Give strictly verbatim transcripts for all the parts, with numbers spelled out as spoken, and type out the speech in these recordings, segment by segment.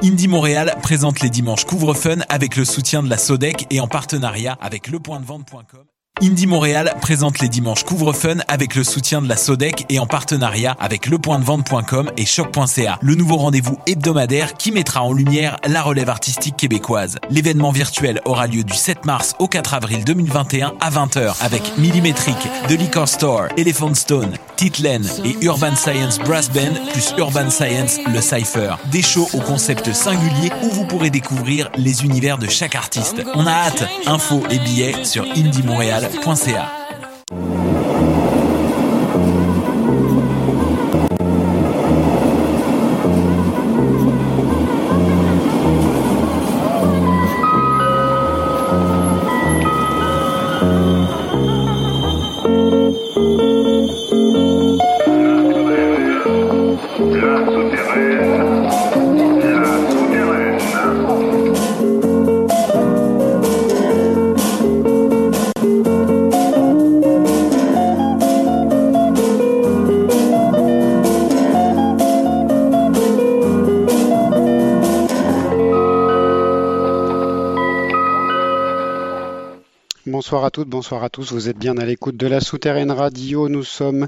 Indie Montréal présente les dimanches Couvre-Fun avec le soutien de la Sodec et en partenariat avec le point de vente point com. Indie Montréal présente les dimanches Couvre-Fun avec le soutien de la Sodec et en partenariat avec le point de vente point com et choc point c a. Le nouveau rendez-vous hebdomadaire qui mettra en lumière la relève artistique québécoise. L'événement virtuel aura lieu du sept mars au quatre avril deux mille vingt et un à vingt heures avec Millimétrique, The Liquor Store, Elephant Stone, Titlen et Urban Science Brass Band plus Urban Science le Cypher. Des shows au concept singulier où vous pourrez découvrir les univers de chaque artiste. On a hâte. Infos et billets sur indie montréal point c a. Bonsoir à toutes, bonsoir à tous, vous êtes bien à l'écoute de la Souterraine Radio. Nous sommes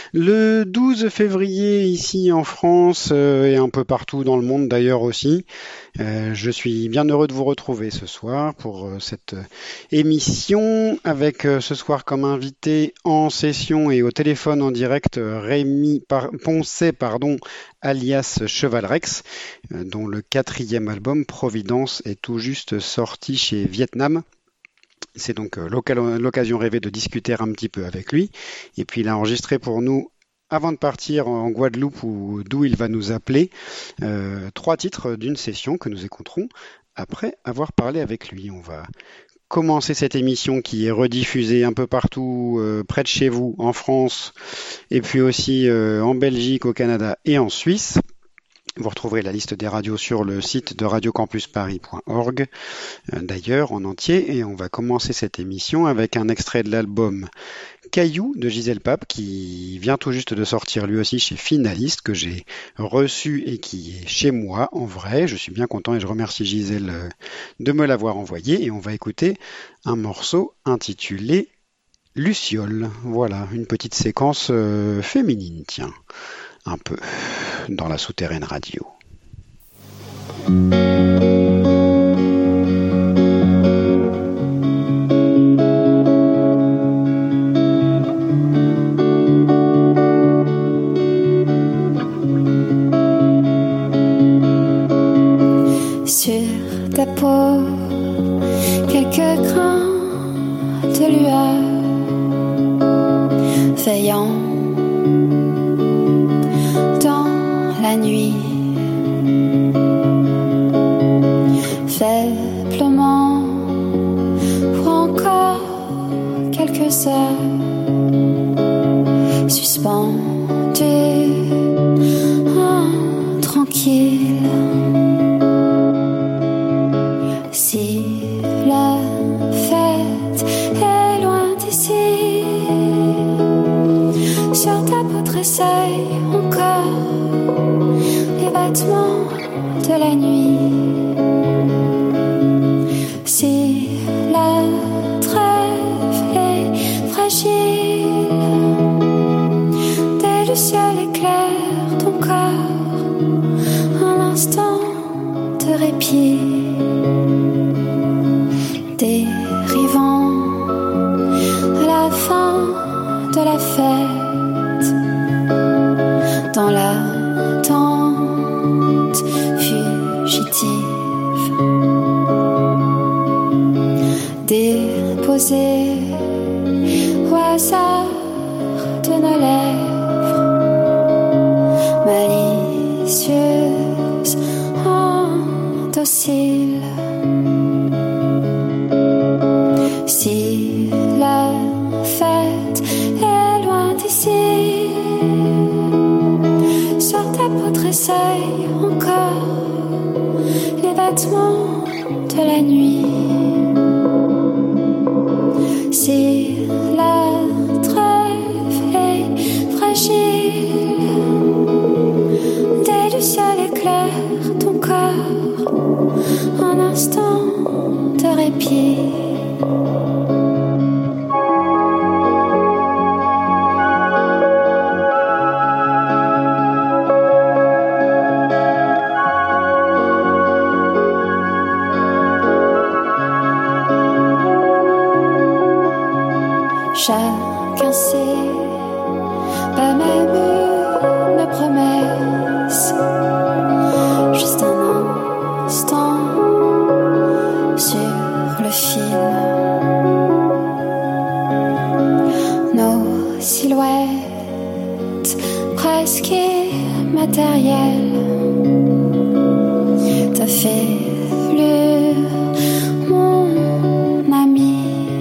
le douze février ici en France euh, et un peu partout dans le monde d'ailleurs aussi. Euh, je suis bien heureux de vous retrouver ce soir pour euh, cette euh, émission avec euh, ce soir comme invité en session et au téléphone en direct euh, Rémi Par- Poncet, pardon, alias Cheval Rex, euh, dont le quatrième album Providence est tout juste sorti chez Vietnam. C'est donc euh, l'occasion rêvée de discuter un petit peu avec lui. Et puis il a enregistré pour nous, avant de partir en Guadeloupe, ou d'où il va nous appeler, euh, trois titres d'une session que nous écouterons après avoir parlé avec lui. On va commencer cette émission qui est rediffusée un peu partout, euh, près de chez vous, en France, et puis aussi euh, en Belgique, au Canada et en Suisse. Vous retrouverez la liste des radios sur le site de radio campus paris point org, euh, d'ailleurs en entier, et on va commencer cette émission avec un extrait de l'album Caillou de Gisèle Pape qui vient tout juste de sortir lui aussi chez Finaliste, que j'ai reçu et qui est chez moi en vrai. Je suis bien content et je remercie Gisèle euh, de me l'avoir envoyé, et on va écouter un morceau intitulé Luciole. Voilà, une petite séquence euh, féminine, tiens. Un peu dans la Souterraine Radio. Sur ta peau, quelques grains de lueur veillant la nuit, faiblement pour encore quelques heures, suspendu, oh, tranquille. Si la fête est loin d'ici, sur ta peau tressaille encore les battements de la nuit. Si la trêve est fragile, des lucioles éclairent ton corps, un instant de répit. Dérivant à la fin de la fête, dans l'attente fugitive, déposée au hasard de nos lèvres, malicieuse, indocile. Si la fête est loin d'ici, sur ta peau tressaille encore les battements de la nuit. Si la trêve est fragile, des lucioles éclairent ton corps, Chacun sait, pas même une promesse, juste un instant sur le fil. Nos silhouettes presque immatérielles te fait plus mon ami.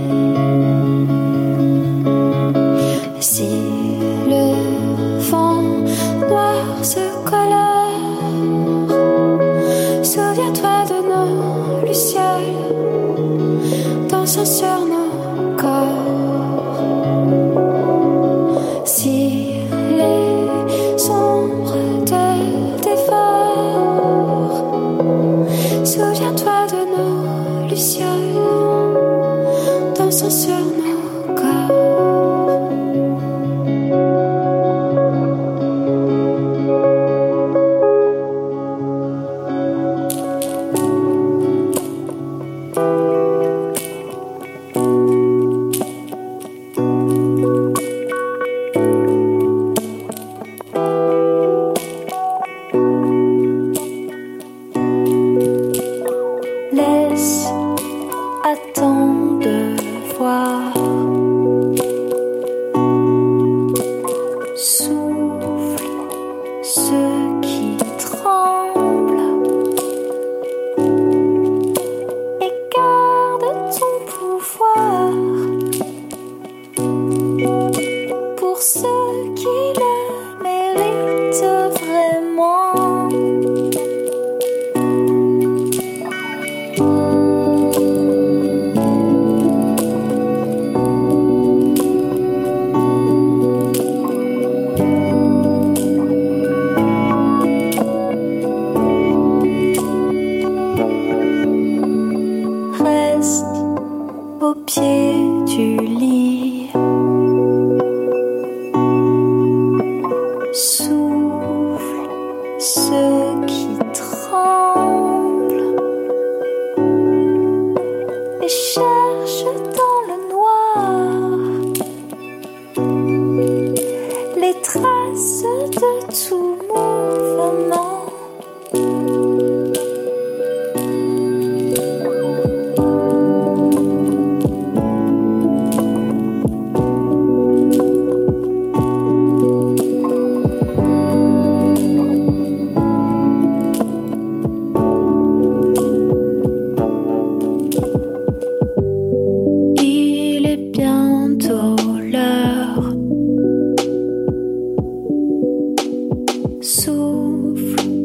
Si le vent noir se colore, souviens-toi de nos lucioles dansant sur nos corps. Si les ombres te dévorent, souviens-toi de nos lucioles dansant sur nos corps. Laisse à ton devoir, souffle ceux qui tremblent et garde ton pouvoir pour ceux qui le méritent vraiment. Reste au pied du lit, souffle ceux qui tremblent et cherche dans le noir les traces de tout mouvement. Il est bientôt l'heure. Souffle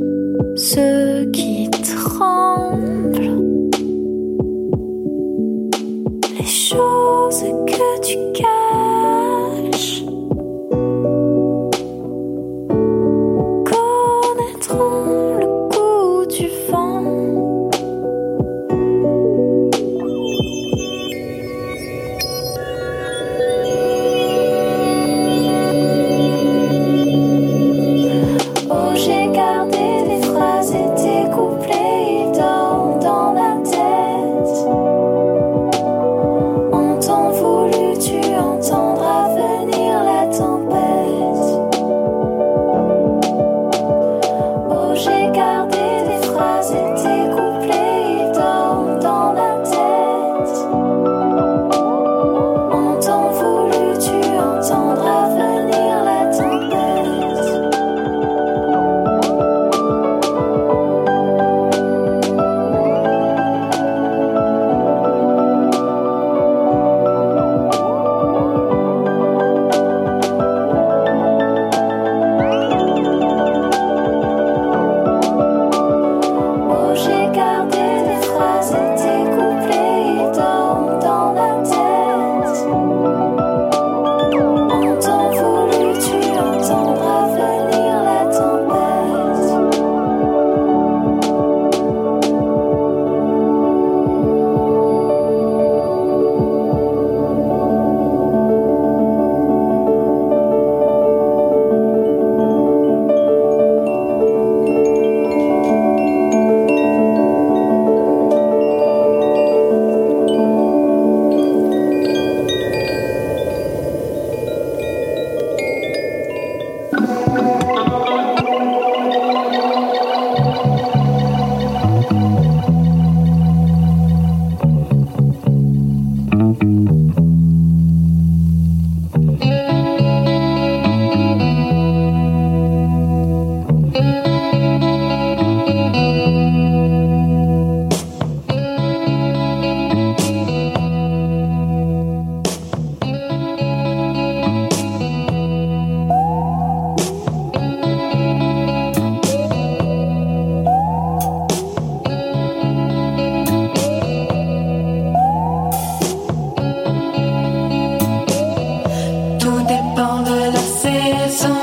dépend de la saison,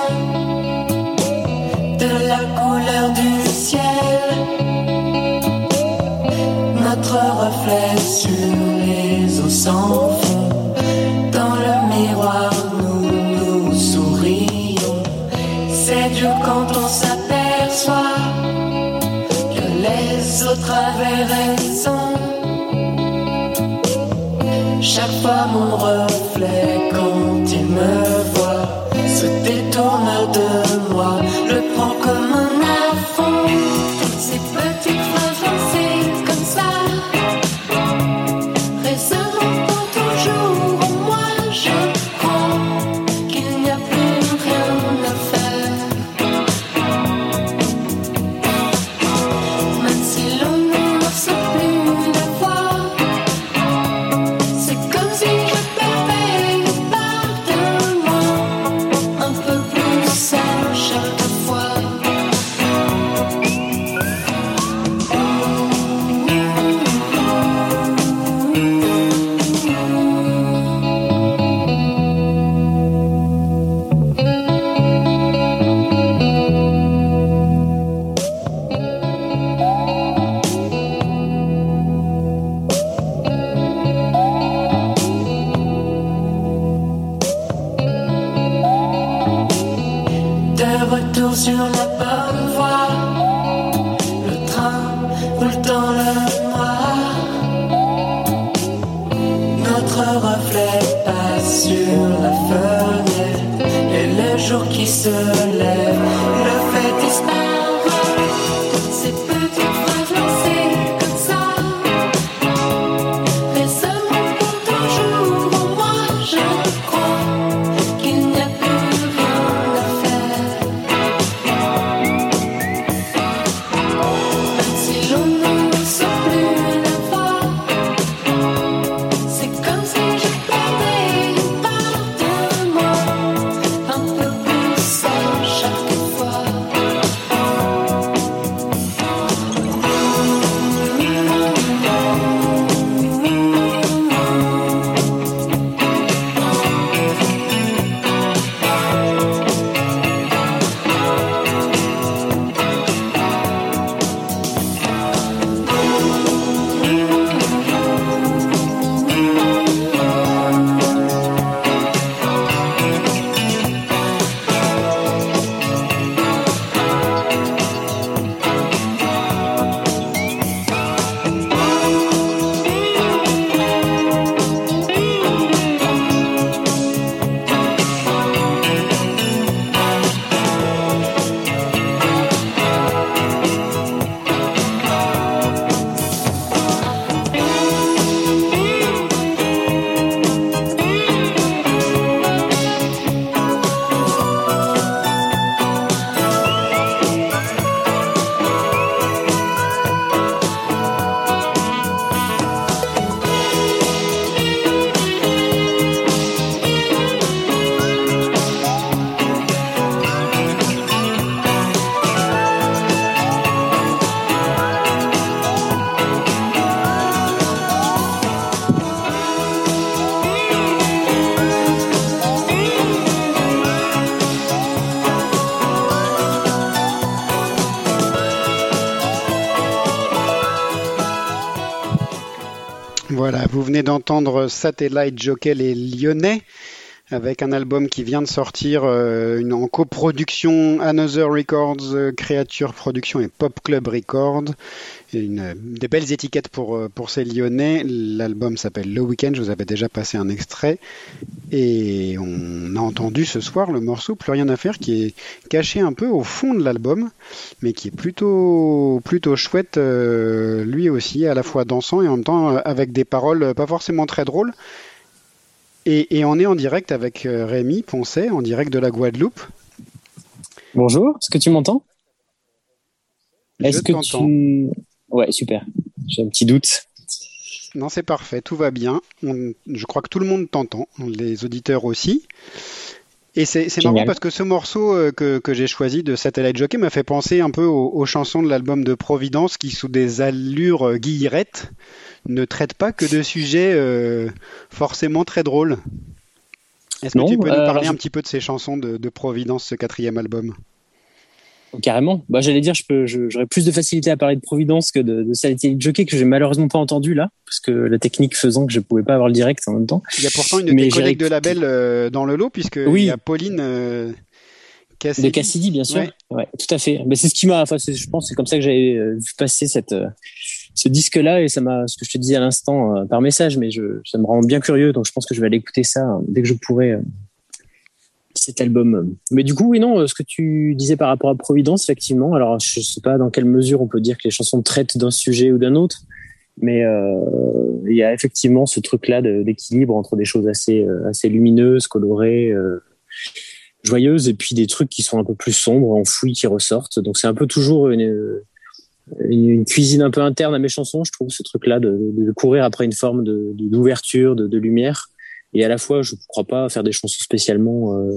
de la couleur du ciel. Notre reflet sur les eaux sans fond. Dans le miroir, nous nous sourions. C'est dur quand on s'aperçoit que les autres avaient raison. Chaque fois mon reflet, quand il me voit, se détourne de moi, le prend comme un affront. Toutes ces petites phrases lancées comme ça résonnent pour toujours en moi. Je crois qu'il n'y a plus rien à faire, même si l'on ne morce plus la voix. C'est comme si je perdais une part de moi, un peu plus seul chaque fois. De retour sur la bonne voie, le train roule dans le noir. Notre reflet passe sur la fenêtre et le jour qui se lève le fait disparaître. Toutes ces petites phrases lancées comme ça résonnent pour toujours en moi. Je crois qu'il n'y a plus rien à faire, même si l'on ne sent plus la voix. C'est comme si je perdais une part de moi, un peu plus seul chaque fois. Voilà, vous venez d'entendre Satellite Jockey les Lyonnais avec un album qui vient de sortir euh, une, en coproduction Another Records, euh, Creature Production et Pop Club Records. Et une, des belles étiquettes pour, euh, pour ces Lyonnais. L'album s'appelle Le Weekend, je vous avais déjà passé un extrait. Et on a entendu ce soir le morceau Plus rien à faire qui est caché un peu au fond de l'album, mais qui est plutôt, plutôt chouette euh, lui aussi, à la fois dansant et en même temps avec des paroles pas forcément très drôles. Et, et on est en direct avec Rémi Poncet, en direct de la Guadeloupe. Bonjour, est-ce que tu m'entends ? Je Est-ce que t'entends. tu... Ouais, super. J'ai un petit doute. Non, c'est parfait, tout va bien. On, je crois que tout le monde t'entend, les auditeurs aussi. Et c'est, c'est marrant parce que ce morceau euh, que, que j'ai choisi de Satellite Jockey m'a fait penser un peu aux, aux chansons de l'album de Providence qui, sous des allures euh, guillerettes, ne traitent pas que de sujets euh, forcément très drôles. Est-ce que Non, tu peux nous euh, parler alors, un petit peu de ces chansons de, de Providence, ce quatrième album? carrément. Bah, j'allais dire, je peux, je- j'aurais plus de facilité à parler de Providence que de, de Satellite Jockey que j'ai malheureusement pas entendu là, parce que la technique faisant que je pouvais pas avoir le direct en même temps. Il y a pourtant une de Mais tes j'ai collègues de écouté- label euh, dans le lot, puisqu'il Oui. y a Pauline euh, Cassidy. De Cassidy, bien sûr. Ouais. Ouais, tout à fait. Mais c'est ce qui m'a, enfin, c'est- je pense, que c'est comme ça que j'avais euh, vu passer cette, euh, ce disque-là, et ça m'a, ce que je te disais à l'instant euh, par message, mais je, ça me rend bien curieux, donc je pense que je vais aller écouter ça euh, dès que je pourrai. euh, cet album. Mais du coup, oui, non, euh, ce que tu disais par rapport à Providence, effectivement, alors je sais pas dans quelle mesure on peut dire que les chansons traitent d'un sujet ou d'un autre, mais euh, il y a effectivement ce truc-là de, d'équilibre entre des choses assez, euh, assez lumineuses, colorées, euh, joyeuses, et puis des trucs qui sont un peu plus sombres, enfouis, qui ressortent. Donc c'est un peu toujours une, une, une cuisine un peu interne à mes chansons, je trouve, ce truc-là de, de courir après une forme de, de, d'ouverture, de, de lumière. Et à la fois, je ne crois pas faire des chansons spécialement euh,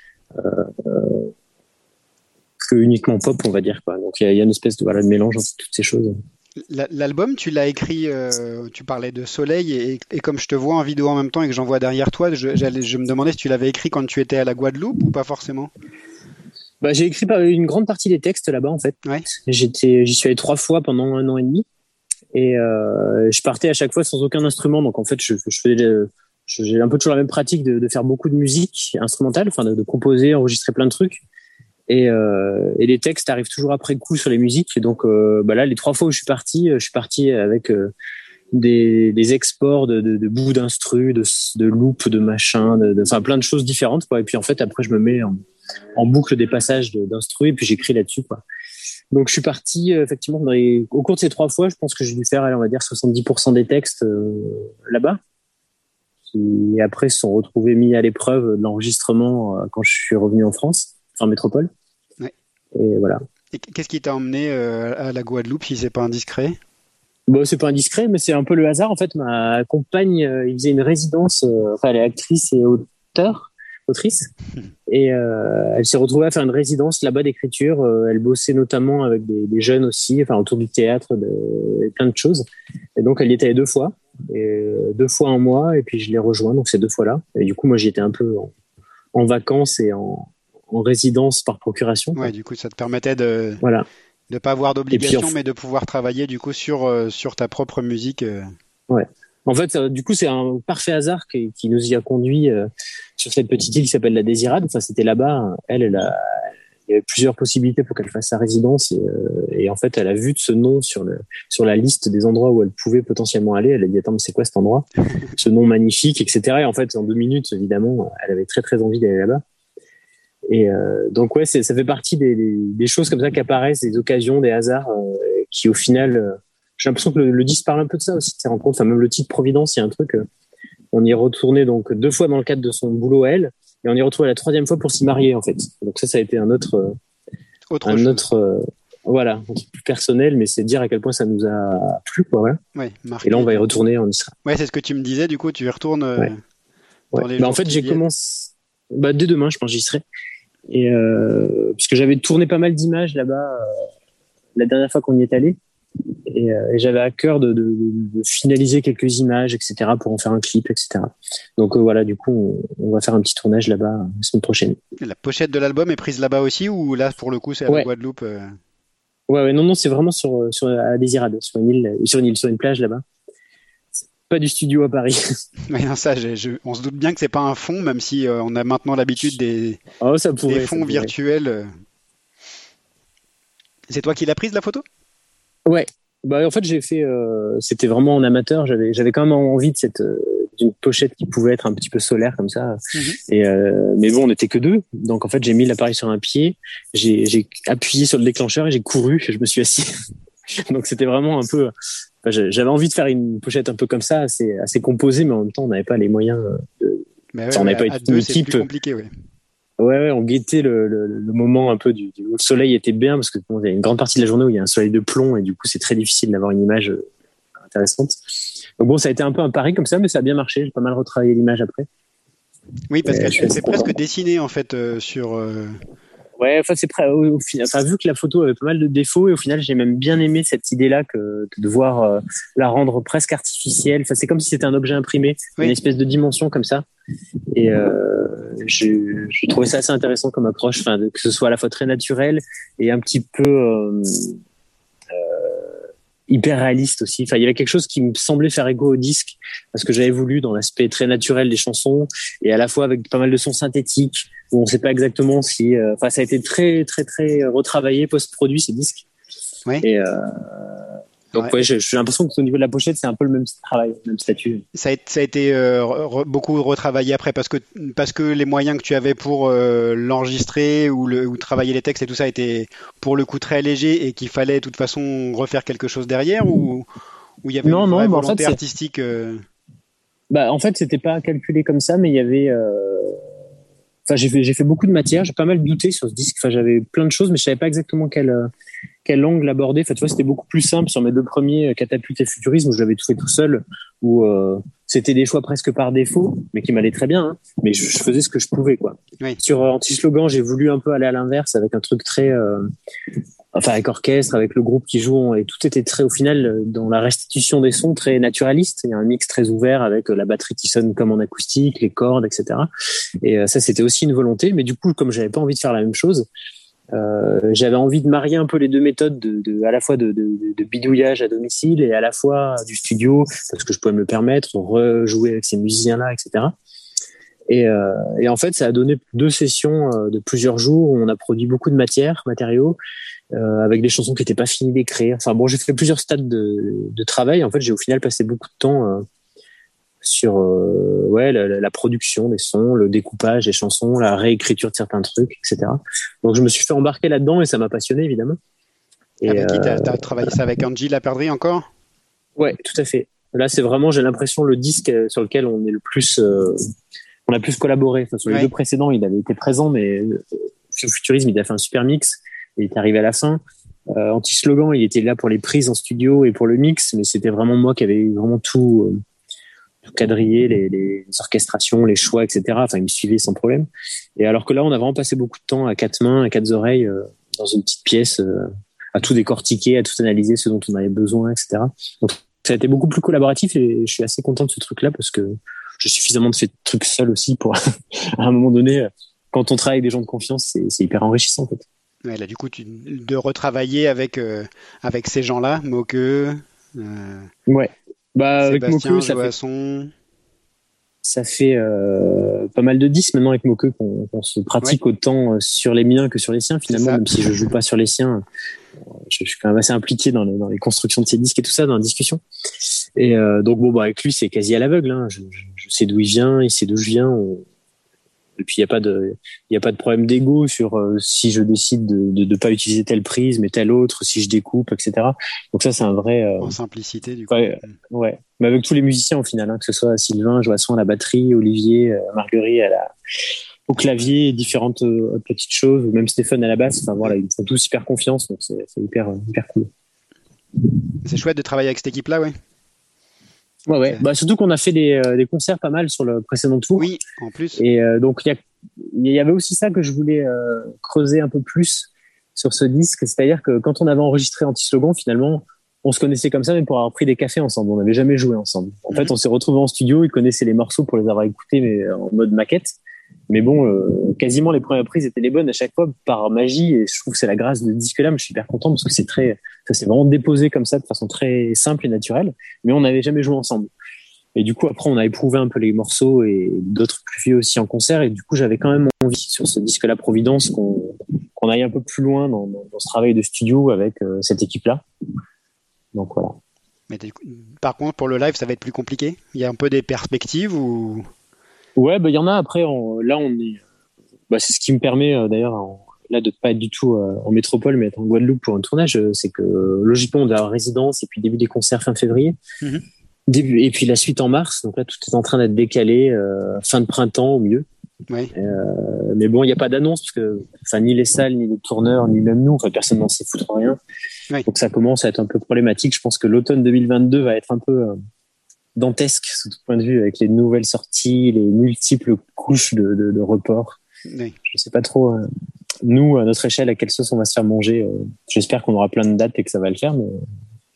euh, que uniquement pop, on va dire, quoi. Donc il y a, il y a une espèce de, voilà, de mélange entre toutes ces choses. La- L'album, tu l'as écrit, euh, tu parlais de soleil, et, et comme je te vois en vidéo en même temps et que j'en vois derrière toi, je, j'allais- je me demandais si tu l'avais écrit quand tu étais à la Guadeloupe ou pas forcément. Bah, j'ai écrit par- une grande partie des textes là-bas, en fait. Ouais. J'étais, j'y suis allé trois fois pendant un an et demi, et euh, je partais à chaque fois sans aucun instrument. Donc en fait, je, je faisais, le- je- j'ai un peu toujours la même pratique de, de faire beaucoup de musique instrumentale, enfin de, de composer, enregistrer plein de trucs. Et, euh, et les textes arrivent toujours après coup sur les musiques. Et donc euh, bah là, les trois fois où je suis parti, je suis parti avec euh, des, des exports de, de, de bouts d'instru, de, de loop, de machin, de, de, enfin plein de choses différentes, quoi. Et puis en fait, après, je me mets en, en boucle des passages de, d'instru et puis j'écris là-dessus, quoi. Donc je suis parti euh, effectivement dans les, au cours de ces trois fois, je pense que j'ai dû faire, allez, on va dire soixante-dix pour cent des textes euh, là-bas, qui après se sont retrouvés mis à l'épreuve de l'enregistrement euh, quand je suis revenu en France, en métropole. Ouais. Et voilà. Et qu'est-ce qui t'a emmené euh, à la Guadeloupe, si c'est pas indiscret? Bon, c'est pas indiscret, mais c'est un peu le hasard. En fait, ma compagne, euh, il faisait une résidence, euh, enfin, elle est actrice et auteur, autrice, et euh, elle s'est retrouvée à faire une résidence là-bas d'écriture. Euh, elle bossait notamment avec des, des jeunes aussi, enfin, autour du théâtre, de, et plein de choses. Et donc, elle y était allée deux fois, et, euh, deux fois un mois, et puis je l'ai rejoint, donc ces deux fois-là. Et du coup, moi, j'y étais un peu en, en vacances et en, en résidence par procuration. Ouais, du coup, ça te permettait de Voilà. de pas avoir d'obligation, on... mais de pouvoir travailler du coup sur euh, sur ta propre musique. Euh... Ouais. En fait, euh, du coup, c'est un parfait hasard qui, qui nous y a conduit euh, sur cette petite île qui s'appelle la Désirade. Enfin, c'était là-bas. Elle, elle a, il y avait plusieurs possibilités pour qu'elle fasse sa résidence, et, euh, et en fait, elle a vu de ce nom sur le sur la liste des endroits où elle pouvait potentiellement aller. Elle a dit, attends, mais c'est quoi cet endroit? Ce nom magnifique, et cetera. Et en fait, en deux minutes, évidemment, elle avait très très envie d'aller là-bas. Et euh, donc ouais, c'est, ça fait partie des, des, des choses comme ça qui apparaissent, des occasions, des hasards euh, qui au final, euh, j'ai l'impression que le, le disque parle un peu de ça aussi, de ces rencontres. Enfin, même le titre Providence, il y a un truc, euh, on y est retourné donc deux fois dans le cadre de son boulot à elle, et on y est retrouvé la troisième fois pour s'y marier en fait. Donc ça, ça a été un autre, euh, Autre un chose. autre, euh, voilà, un truc plus personnel, mais c'est dire à quel point ça nous a plu, quoi. Voilà. Ouais, marqué. Et là, on va y retourner en Israël. Ouais, c'est ce que tu me disais. Du coup, tu y retournes. Euh, Ouais. dans Ouais. les Bah, jours en fait, qui j'ai viennent. commencé, bah, dès demain, je pense, j'y serai. Et euh, parce que j'avais tourné pas mal d'images là-bas euh, la dernière fois qu'on y est allé, et, euh, et j'avais à cœur de, de, de finaliser quelques images, et cetera, pour en faire un clip, et cetera. Donc euh, voilà, du coup, on, on va faire un petit tournage là-bas euh, la semaine prochaine. La pochette de l'album est prise là-bas aussi, ou là, pour le coup, c'est à Ouais. la Guadeloupe euh... Ouais, ouais, non, non, c'est vraiment sur sur à Désirade, sur une île, sur une île, sur une plage là-bas. C'est pas du studio à Paris. Ouais, non, ça, j'ai- je- on se doute bien que c'est pas un fond, même si euh, on a maintenant l'habitude des, Oh, ça pourrait. des ça fonds pourrait. virtuels. euh. C'est toi qui l'as prise la photo? Ouais. Bah en fait j'ai fait euh, c'était vraiment en amateur, j'avais j'avais quand même envie de cette euh, d'une pochette qui pouvait être un petit peu solaire comme ça. Mhm. Et euh, mais bon, on n'était que deux, donc en fait j'ai mis l'appareil sur un pied, j'ai j'ai appuyé sur le déclencheur et j'ai couru et je me suis assis. Donc c'était vraiment un peu enfin, j'ai- j'avais envie de faire une pochette un peu comme ça, assez assez composée, mais en même temps on n'avait pas les moyens de Mais Enfin, on ouais, n'avait ouais, pas à une deux, c'est équipe. plus compliqué, ouais. Ouais, ouais, on guettait le, le, le moment un peu du, du où le soleil était bien, parce que bon, il y a une grande partie de la journée où il y a un soleil de plomb et du coup c'est très difficile d'avoir une image euh, intéressante. Donc bon, ça a été un peu un pari comme ça, mais ça a bien marché. J'ai pas mal retravaillé l'image après. Oui, parce Ouais, qu'elle je suis elle s'est assez presque content. dessinée en fait euh, sur. euh, Ouais, enfin c'est prêt. Au, au final, enfin vu que la photo avait pas mal de défauts et au final j'ai même bien aimé cette idée-là que, que de voir euh, la rendre presque artificielle. Enfin c'est comme si c'était un objet imprimé, Oui. une espèce de dimension comme ça. Et, euh, j'ai, j'ai trouvé ça assez intéressant comme approche, enfin, que ce soit à la fois très naturel et un petit peu euh, euh, hyper réaliste aussi. Enfin, il y avait quelque chose qui me semblait faire écho au disque parce que j'avais voulu dans l'aspect très naturel des chansons et à la fois avec pas mal de sons synthétiques où on sait pas exactement si, euh, enfin, ça a été très très très retravaillé post-produit ces disques. Oui. Et euh, donc ouais, ouais, j'ai, j'ai l'impression que au niveau de la pochette, c'est un peu le même travail, le même statut. Ça a, ça a été euh, re, beaucoup retravaillé après parce que parce que les moyens que tu avais pour euh, l'enregistrer ou le ou travailler les textes et tout ça étaient pour le coup très léger et qu'il fallait de toute façon refaire quelque chose derrière ou où il y avait Non, une non, vraie bah en volonté fait, c'est... artistique. Euh... Bah, en fait, c'était pas calculé comme ça, mais il y avait. Euh... Enfin, j'ai fait, j'ai fait beaucoup de matière. J'ai pas mal douté sur ce disque. Enfin, j'avais plein de choses, mais je savais pas exactement quel euh, quel angle aborder. Enfin, tu vois, c'était beaucoup plus simple sur mes deux premiers, Catapulte et Futurisme, où je l'avais tout fait tout seul, où euh, c'était des choix presque par défaut, mais qui m'allaient très bien. Hein. Mais je, je faisais ce que je pouvais, quoi. Oui. Sur euh, Anti-Slogan, j'ai voulu un peu aller à l'inverse avec un truc très. Euh... Enfin, avec orchestre, avec le groupe qui joue, et tout était très, au final, dans la restitution des sons, très naturaliste. Il y a un mix très ouvert avec la batterie qui sonne comme en acoustique, les cordes, et cetera. Et ça, c'était aussi une volonté. Mais du coup, comme j'avais pas envie de faire la même chose, euh, j'avais envie de marier un peu les deux méthodes, de, de, à la fois de, de, de bidouillage à domicile et à la fois du studio, parce que je pouvais me le permettre, rejouer avec ces musiciens-là, et cetera. Et, euh, et en fait, ça a donné deux sessions de plusieurs jours où on a produit beaucoup de matière, matériaux, Euh, avec des chansons qui n'étaient pas finies d'écrire. Enfin bon, j'ai fait plusieurs stades de, de travail. En fait, j'ai au final passé beaucoup de temps euh, sur euh, ouais la, la production des sons, le découpage des chansons, la réécriture de certains trucs, et cetera. Donc je me suis fait embarquer là-dedans et ça m'a passionné évidemment. Et avec qui euh, t'as, t'as travaillé ça avec Angie Laperdrie encore? Ouais, tout à fait. Là, c'est vraiment, j'ai l'impression, le disque sur lequel on est le plus, euh, on a plus collaboré. Enfin, sur les ouais. deux précédents, il avait été présent, mais euh, sur Futurisme, il a fait un super mix. Il est arrivé à la fin. Euh, Anti-Slogan, il était là pour les prises en studio et pour le mix, mais c'était vraiment moi qui avais vraiment tout, euh, tout quadrillé, les, les orchestrations, les choix, et cetera. Enfin, il me suivait sans problème. Et alors que là, on a vraiment passé beaucoup de temps à quatre mains, à quatre oreilles, euh, dans une petite pièce, euh, à tout décortiquer, à tout analyser, ce dont on avait besoin, et cetera. Donc, ça a été beaucoup plus collaboratif et je suis assez content de ce truc-là parce que j'ai suffisamment de ces trucs seul aussi pour, à un moment donné, quand on travaille avec des gens de confiance, c'est, c'est hyper enrichissant, en fait. Ouais, là, du coup, tu, de retravailler avec, euh, avec ces gens-là, Moke, euh, ouais. Bah, Sébastien, avec Moke, ça fait, Joasson. ça fait euh, pas mal de disques maintenant avec Moke qu'on, qu'on se pratique ouais. autant sur les miens que sur les siens, finalement, même si je joue pas sur les siens. Je, je suis quand même assez impliqué dans les, dans les constructions de ces disques et tout ça, dans la discussion. Et euh, donc, bon, bah, avec lui, c'est quasi à l'aveugle. Hein. Je, je, je sais d'où il vient, il sait d'où je viens. On... Et puis il y a pas de, il y a pas de problème d'ego sur euh, si je décide de, de de pas utiliser telle prise mais telle autre, si je découpe, et cetera. Donc ça c'est un vrai. Euh, en simplicité du coup. Ouais, ouais. Mais avec tous les musiciens au final, hein, que ce soit Sylvain, Joasson à la batterie, Olivier, euh, Marguerite à la, au clavier, différentes euh, petites choses, ou même Stéphane à la basse. Enfin voilà, ils me font tous hyper confiance, donc c'est, c'est hyper, hyper cool. C'est chouette de travailler avec cette équipe-là, ouais. Ouais, ouais. Bah, surtout qu'on a fait des, euh, des concerts pas mal sur le précédent tour. Oui, en plus. Et euh, donc, il y, y avait aussi ça que je voulais euh, creuser un peu plus sur ce disque. C'est-à-dire que quand on avait enregistré Anti-Slogan, finalement, on se connaissait comme ça, mais pour avoir pris des cafés ensemble. On n'avait jamais joué ensemble. En mm-hmm. fait, on s'est retrouvés en studio, ils connaissaient les morceaux pour les avoir écoutés, mais en mode maquette. Mais bon, euh, quasiment les premières prises étaient les bonnes à chaque fois par magie. Et je trouve que c'est la grâce de ce disque-là. Mais je suis hyper content parce que c'est très, ça s'est vraiment déposé comme ça de façon très simple et naturelle. Mais on n'avait jamais joué ensemble. Et du coup, après, on a éprouvé un peu les morceaux et d'autres plus vieux aussi en concert. Et du coup, j'avais quand même envie sur ce disque-là, Providence, qu'on, qu'on aille un peu plus loin dans, dans, dans ce travail de studio avec euh, cette équipe-là. Donc voilà. Mais par contre, pour le live, ça va être plus compliqué. Il y a un peu des perspectives ou... Ouais, bah, il y en a. Après, on, là, on est. Bah, c'est ce qui me permet euh, d'ailleurs en, là de pas être du tout euh, en métropole, mais être en Guadeloupe pour un tournage. Euh, c'est que euh, logiquement, on doit avoir résidence et puis début des concerts fin février. Mm-hmm. Début, et puis la suite en mars. Donc là, tout est en train d'être décalé euh, fin de printemps au mieux. Ouais. Euh, mais bon, il n'y a pas d'annonce parce que, enfin, ni les salles, ni les tourneurs, ni même nous, enfin, personne n'en sait foutre rien. Ouais. Donc ça commence à être un peu problématique. Je pense que l'automne deux mille vingt-deux va être un peu euh, dantesque sous tout point de vue avec les nouvelles sorties, les multiples couches de, de, de report. Oui. Je sais pas trop. Euh, nous, à notre échelle, à quelle sauce on va se faire manger. Euh, j'espère qu'on aura plein de dates et que ça va le faire, mais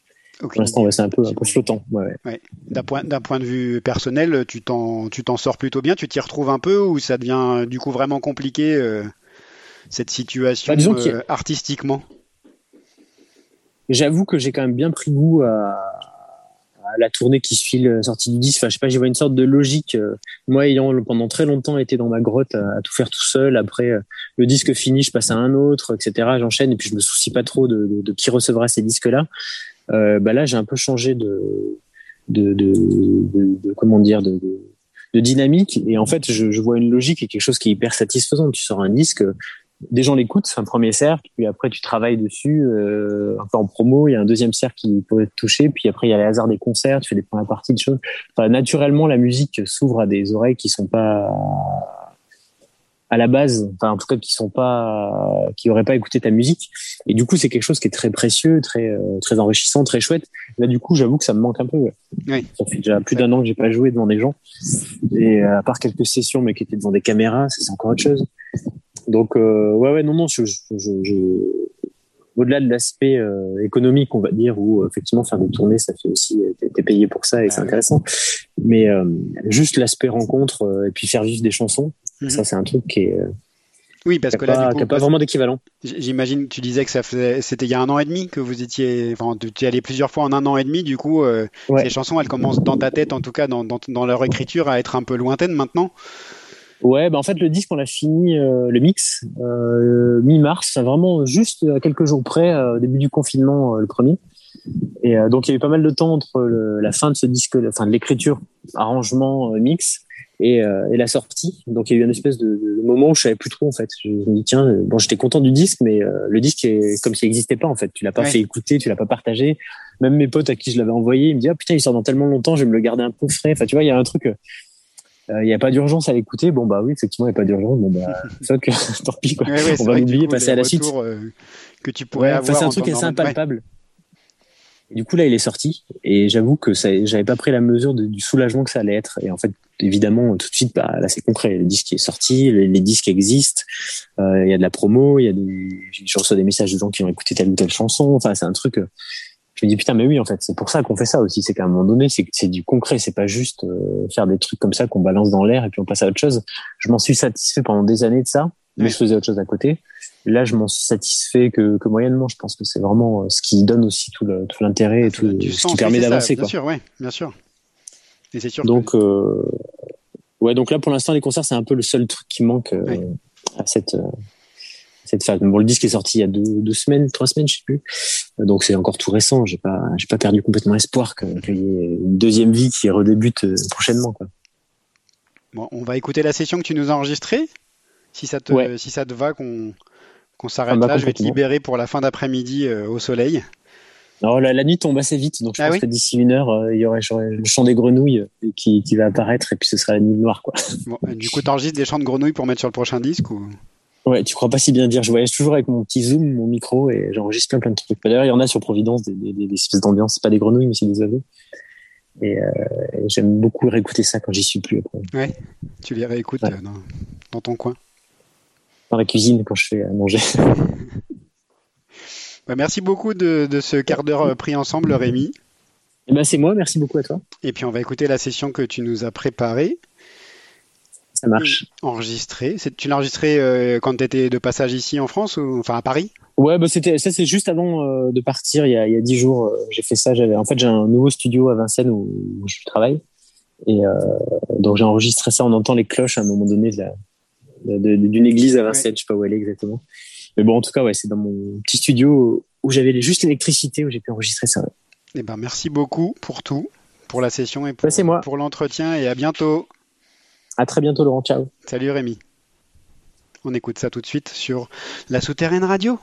Pour l'instant, ouais, c'est un peu, un peu flottant. Ouais, ouais. Ouais. D'un point, d'un point de vue personnel, tu t'en, tu t'en sors plutôt bien, tu t'y retrouves un peu ou ça devient du coup vraiment compliqué euh, cette situation Bah, disons euh, qu'il y a- artistiquement? J'avoue que j'ai quand même bien pris goût à, à la tournée qui suit la sortie du disque. Enfin, je sais pas, j'y vois une sorte de logique. euh, Moi, ayant pendant très longtemps été dans ma grotte à, à tout faire tout seul, après euh, le disque fini, je passe à un autre, et cetera. J'enchaîne et puis je me soucie pas trop de, de, de qui recevra ces disques-là. Euh, bah là, j'ai un peu changé de, de, de, de, de comment dire, de, de, de dynamique. Et en fait, je, je vois une logique et quelque chose qui est hyper satisfaisant. Tu sors un disque, des gens l'écoutent, c'est un premier cercle, puis après tu travailles dessus, euh, un peu en promo, il y a un deuxième cercle qui peut être touché, puis après il y a les hasards des concerts, tu fais des premières parties de choses. Enfin, naturellement, la musique s'ouvre à des oreilles qui sont pas à la base, enfin en tout cas qui sont pas, qui auraient pas écouté ta musique. Et du coup, c'est quelque chose qui est très précieux, très euh, très enrichissant, très chouette. Là, du coup, j'avoue que ça me manque un peu. Ouais. Oui. Ça fait déjà plus d'un an que j'ai pas joué devant des gens, et euh, à part quelques sessions, mais qui étaient devant des caméras, ça, c'est encore autre chose. Donc euh, ouais ouais non non je, je, je, je... au-delà de l'aspect euh, économique on va dire où euh, effectivement faire des tournées ça fait aussi t'es, t'es payé pour ça et c'est intéressant, mais euh, juste l'aspect rencontre euh, et puis faire vivre des chansons, mm-hmm. ça c'est un truc qui est euh, oui parce que pas, là du coup qui a pas vraiment d'équivalent. J'imagine tu disais que ça faisait c'était il y a un an et demi que vous étiez enfin tu y allais plusieurs fois en un an et demi du coup euh, ouais. Ces chansons elles commencent dans ta tête en tout cas dans, dans, dans leur écriture à être un peu lointaines maintenant. Ouais, bah en fait le disque on l'a fini euh, le mix euh, mi-mars, vraiment juste à quelques jours près, euh, au début du confinement euh, le premier. Et euh, donc il y a eu pas mal de temps entre le, la fin de ce disque, enfin de l'écriture, arrangement, euh, mix et, euh, et la sortie. Donc il y a eu une espèce de, de moment où je savais plus trop en fait. Je me dis tiens, bon j'étais content du disque, mais euh, le disque est comme s'il n'existait pas en fait. Tu l'as pas ouais. fait écouter, tu l'as pas partagé. Même mes potes à qui je l'avais envoyé, ils me disaient ah putain il sort dans tellement longtemps, je vais me le garder un peu frais. Enfin tu vois il y a un truc. Euh, Il euh, n'y a pas d'urgence à l'écouter. Bon, bah oui, effectivement, il n'y a pas d'urgence. Bon, bah, fuck, tant pis, quoi. Ouais, ouais, on va l'oublier, passer à la suite. Euh, que tu pourrais ouais, avoir. C'est un truc assez impalpable. Ouais. Et du coup, là, il est sorti. Et j'avoue que ça, j'avais pas pris la mesure de, du soulagement que ça allait être. Et en fait, évidemment, tout de suite, bah, là, c'est concret. Le disque est sorti, les, les disques existent. Il euh, y a de la promo, il y a des, je reçois des messages de gens qui ont écouté telle ou telle chanson. Enfin, c'est un truc. Euh, Je me dis putain mais oui en fait c'est pour ça qu'on fait ça aussi, c'est qu'à un moment donné c'est c'est du concret, c'est pas juste euh, faire des trucs comme ça qu'on balance dans l'air et puis on passe à autre chose. Je m'en suis satisfait pendant des années de ça, mais ouais. je faisais autre chose à côté. Là je m'en suis satisfait que, que moyennement. Je pense que c'est vraiment ce qui donne aussi tout, le, tout l'intérêt et tout le, ce qui permet d'avancer. Ça, bien quoi. sûr, ouais, bien sûr. Et c'est sûr. Donc que... euh, ouais donc là pour l'instant les concerts c'est un peu le seul truc qui manque euh, ouais. à cette. Euh, cette phase. Bon, le disque est sorti il y a deux, deux semaines, trois semaines, je sais plus. Donc c'est encore tout récent. J'ai pas, j'ai pas perdu complètement espoir qu'il y ait une deuxième vie qui redébute prochainement, quoi. Bon, on va écouter la session que tu nous as enregistrée. Si ça te, ouais. si ça te va, qu'on, qu'on s'arrête là, je vais te libérer pour la fin d'après-midi euh, au soleil. Alors la, la nuit tombe assez vite, donc je ah pense oui que d'ici une heure, euh, il y aurait le chant des grenouilles qui, qui va apparaître et puis ce sera la nuit noire, quoi. Bon, du coup, t'enregistres des chants de grenouilles pour mettre sur le prochain disque ou? Ouais, tu crois pas si bien dire. Je voyage toujours avec mon petit zoom, mon micro, et j'enregistre plein plein de trucs. D'ailleurs, il y en a sur Providence, des, des, des espèces d'ambiance. C'est pas des grenouilles, mais c'est des oiseaux. Et, euh, et j'aime beaucoup réécouter ça quand j'y suis plus après. Ouais, tu les réécoutes ouais. dans, dans ton coin. Dans la cuisine, quand je fais à manger. Bah, merci beaucoup de, de ce quart d'heure pris ensemble, Rémi. Et ben, c'est moi, merci beaucoup à toi. Et puis on va écouter la session que tu nous as préparée. Ça marche. Enregistré. C'est, tu l'as enregistré euh, quand tu étais de passage ici en France ou enfin à Paris? Ouais, bah c'était ça, c'est juste avant euh, de partir. Il y a il y a dix jours, euh, j'ai fait ça. J'avais en fait j'ai un nouveau studio à Vincennes où, où je travaille et euh, donc j'ai enregistré ça. On entend les cloches à un moment donné de la, de, de, d'une église à Vincennes. Ouais. Je sais pas où elle est exactement. Mais bon, en tout cas, ouais, c'est dans mon petit studio où j'avais juste l'électricité où j'ai pu enregistrer ça. Ouais. Eh ben merci beaucoup pour tout, pour la session et pour, bah, c'est moi. pour l'entretien et à bientôt. À très bientôt, Laurent. Ciao. Salut Rémi. On écoute ça tout de suite sur La Souterraine Radio.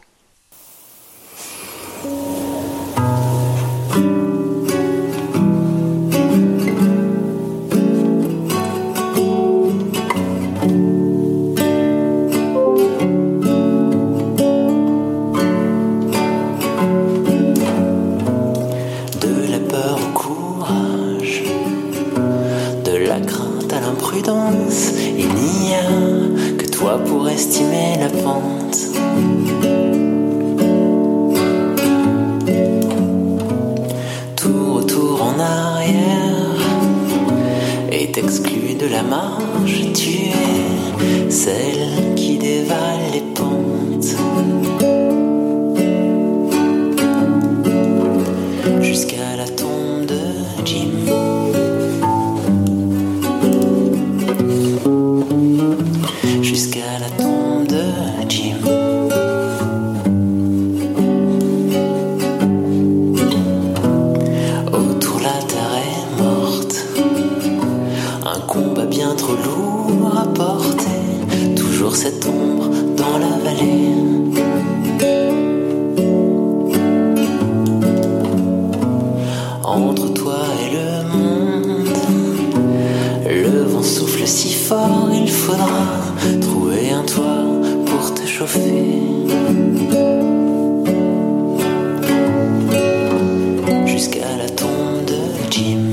De la peur au courage, de la crainte à l'imprudence, il n'y a que toi pour estimer la pente. de la marche, tu es celle qui dévale les pentes jusqu'à la tombe de Jim. Jusqu'à la tombe de Jim. Autour la terre est morte, un combat bien trop lourd à porter, toujours cette ombre dans la vallée. Entre toi et le monde, le vent souffle si fort, il faudra trouver un toit pour te chauffer. Jusqu'à la tombe de Jim.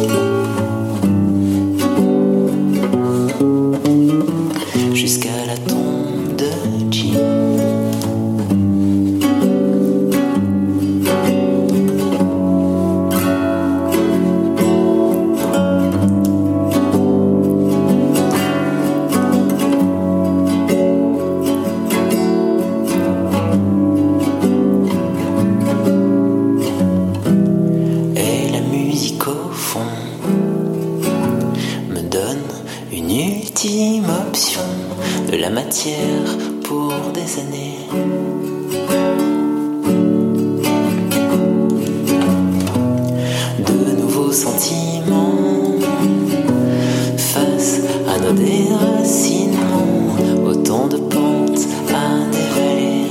Jusqu'à la tombe de Jim. Pour des années. De nouveaux sentiments face à nos déracinements, autant de pentes à dévaler.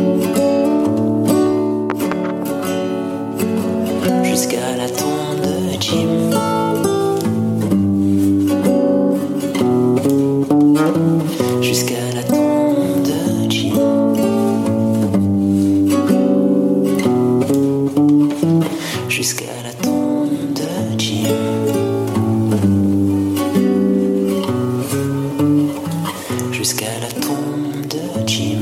Jusqu'à la tombe de Jim. Jusqu'à la tombe de Jim. Jusqu'à la tombe de Jim. Jusqu'à la tombe de Jim.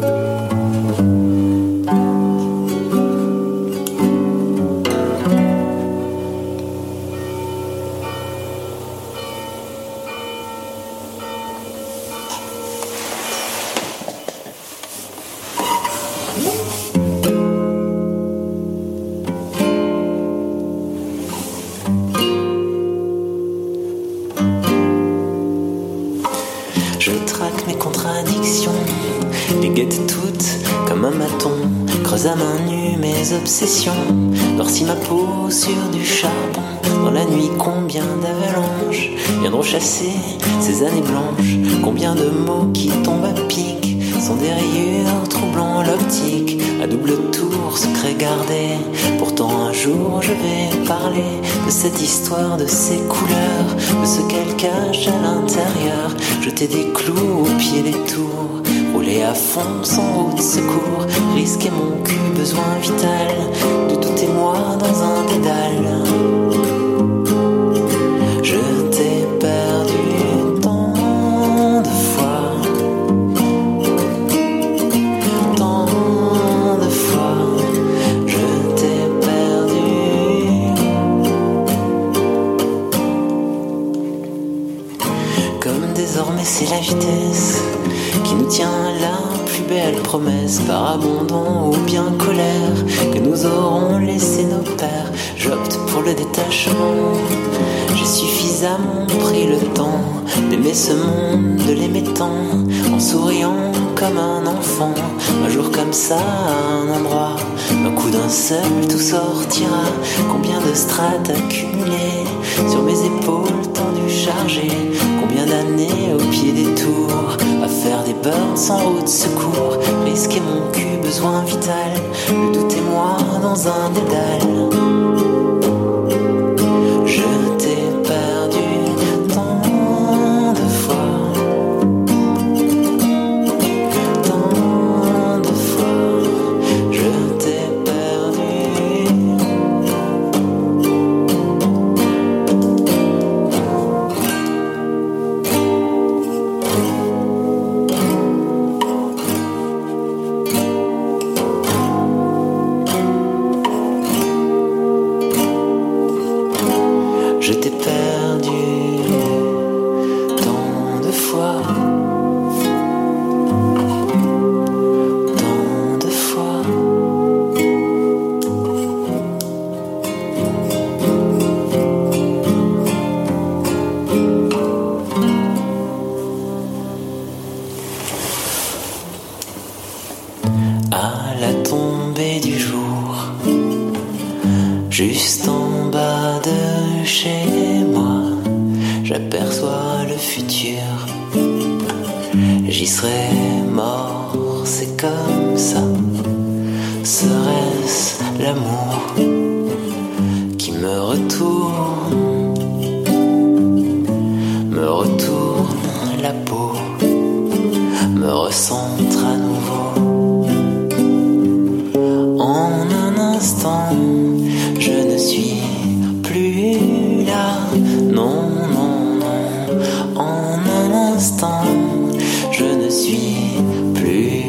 Je traque mes contradictions, les guette toutes comme un maton, creuse à main nue mes obsessions, noircis ma peau sur du charbon. Dans la nuit, combien d'avalanches viendront chasser ces années blanches. Combien de mots qui tombent à pic sont des rayures troublant l'optique. À double tour, secret gardé. Pourtant un jour je vais parler de cette histoire, de ces couleurs, de ce qu'elle cache à l'intérieur. Jeter des clous au pied des tours, rouler à fond sans route secours, risquer mon cul, besoin vital de tout et moi dans un dédale. Je t'ai perdu tant de fois, tant de fois, je t'ai perdu. Comme désormais c'est la vitesse qui nous tient à la plus belle promesse, par abandon ou bien colère, que nous aurons laissé nos pères. J'opte pour le détachement, j'ai suffisamment pris le temps d'aimer ce monde, de l'aimer tant, en souriant comme un enfant. Un jour comme ça, à un endroit, un coup d'un seul, tout sortira. Combien de strates accumulées sur mes épaules tendues chargées, combien d'années au pied des tours, à faire des burns sans route secours, risquer mon cul, besoin vital, le doute et moi dans un dédale. Je t'ai perdu tant de fois, tant de fois, je t'ai perdu. À la tombée du jour, juste en bas de chez moi, j'aperçois le futur. J'y serai mort, c'est comme ça. Serait-ce l'amour qui me retourne, me retourne la peau, me recentre à nouveau. En un instant, je ne suis plus là. Non, non, non. En un instant, je ne suis plus.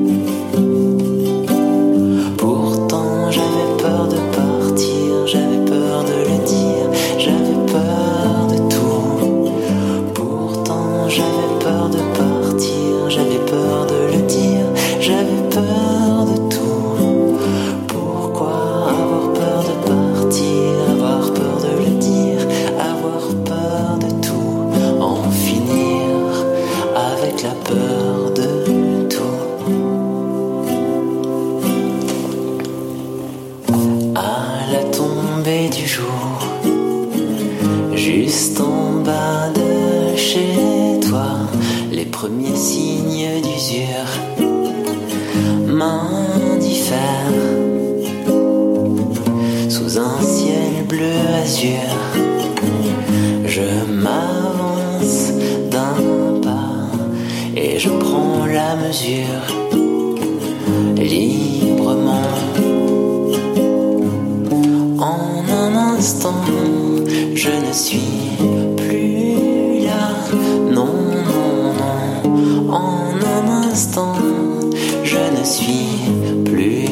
Pourtant, j'avais peur de partir, j'avais peur de le dire, j'avais peur de tout. Pourtant, j'avais peur de partir, j'avais peur de le dire, j'avais peur de tout. Pourquoi avoir peur de partir, avoir peur de le dire, avoir peur de tout, en finir avec la peur de tout. À la tombée du jour, juste en bas de chez toi, les premiers signes d'usure m'indiffèrent. Sous un ciel bleu azur, je m'avance d'un pas et je prends la mesure librement. En un instant, je ne suis plus là. Non, non, non. En un instant, je ne suis plus.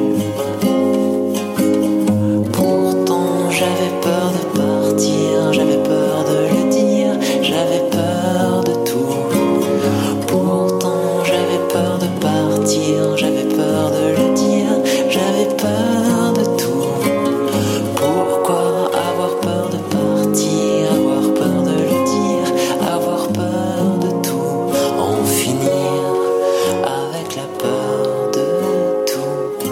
Pourtant, j'avais peur de partir, j'avais peur de le dire, j'avais peur de tout. Pourtant, j'avais peur de partir, j'avais peur de le dire, j'avais peur de tout. Pourquoi avoir peur de partir, avoir peur de le dire, avoir peur de tout, en finir avec la peur de tout.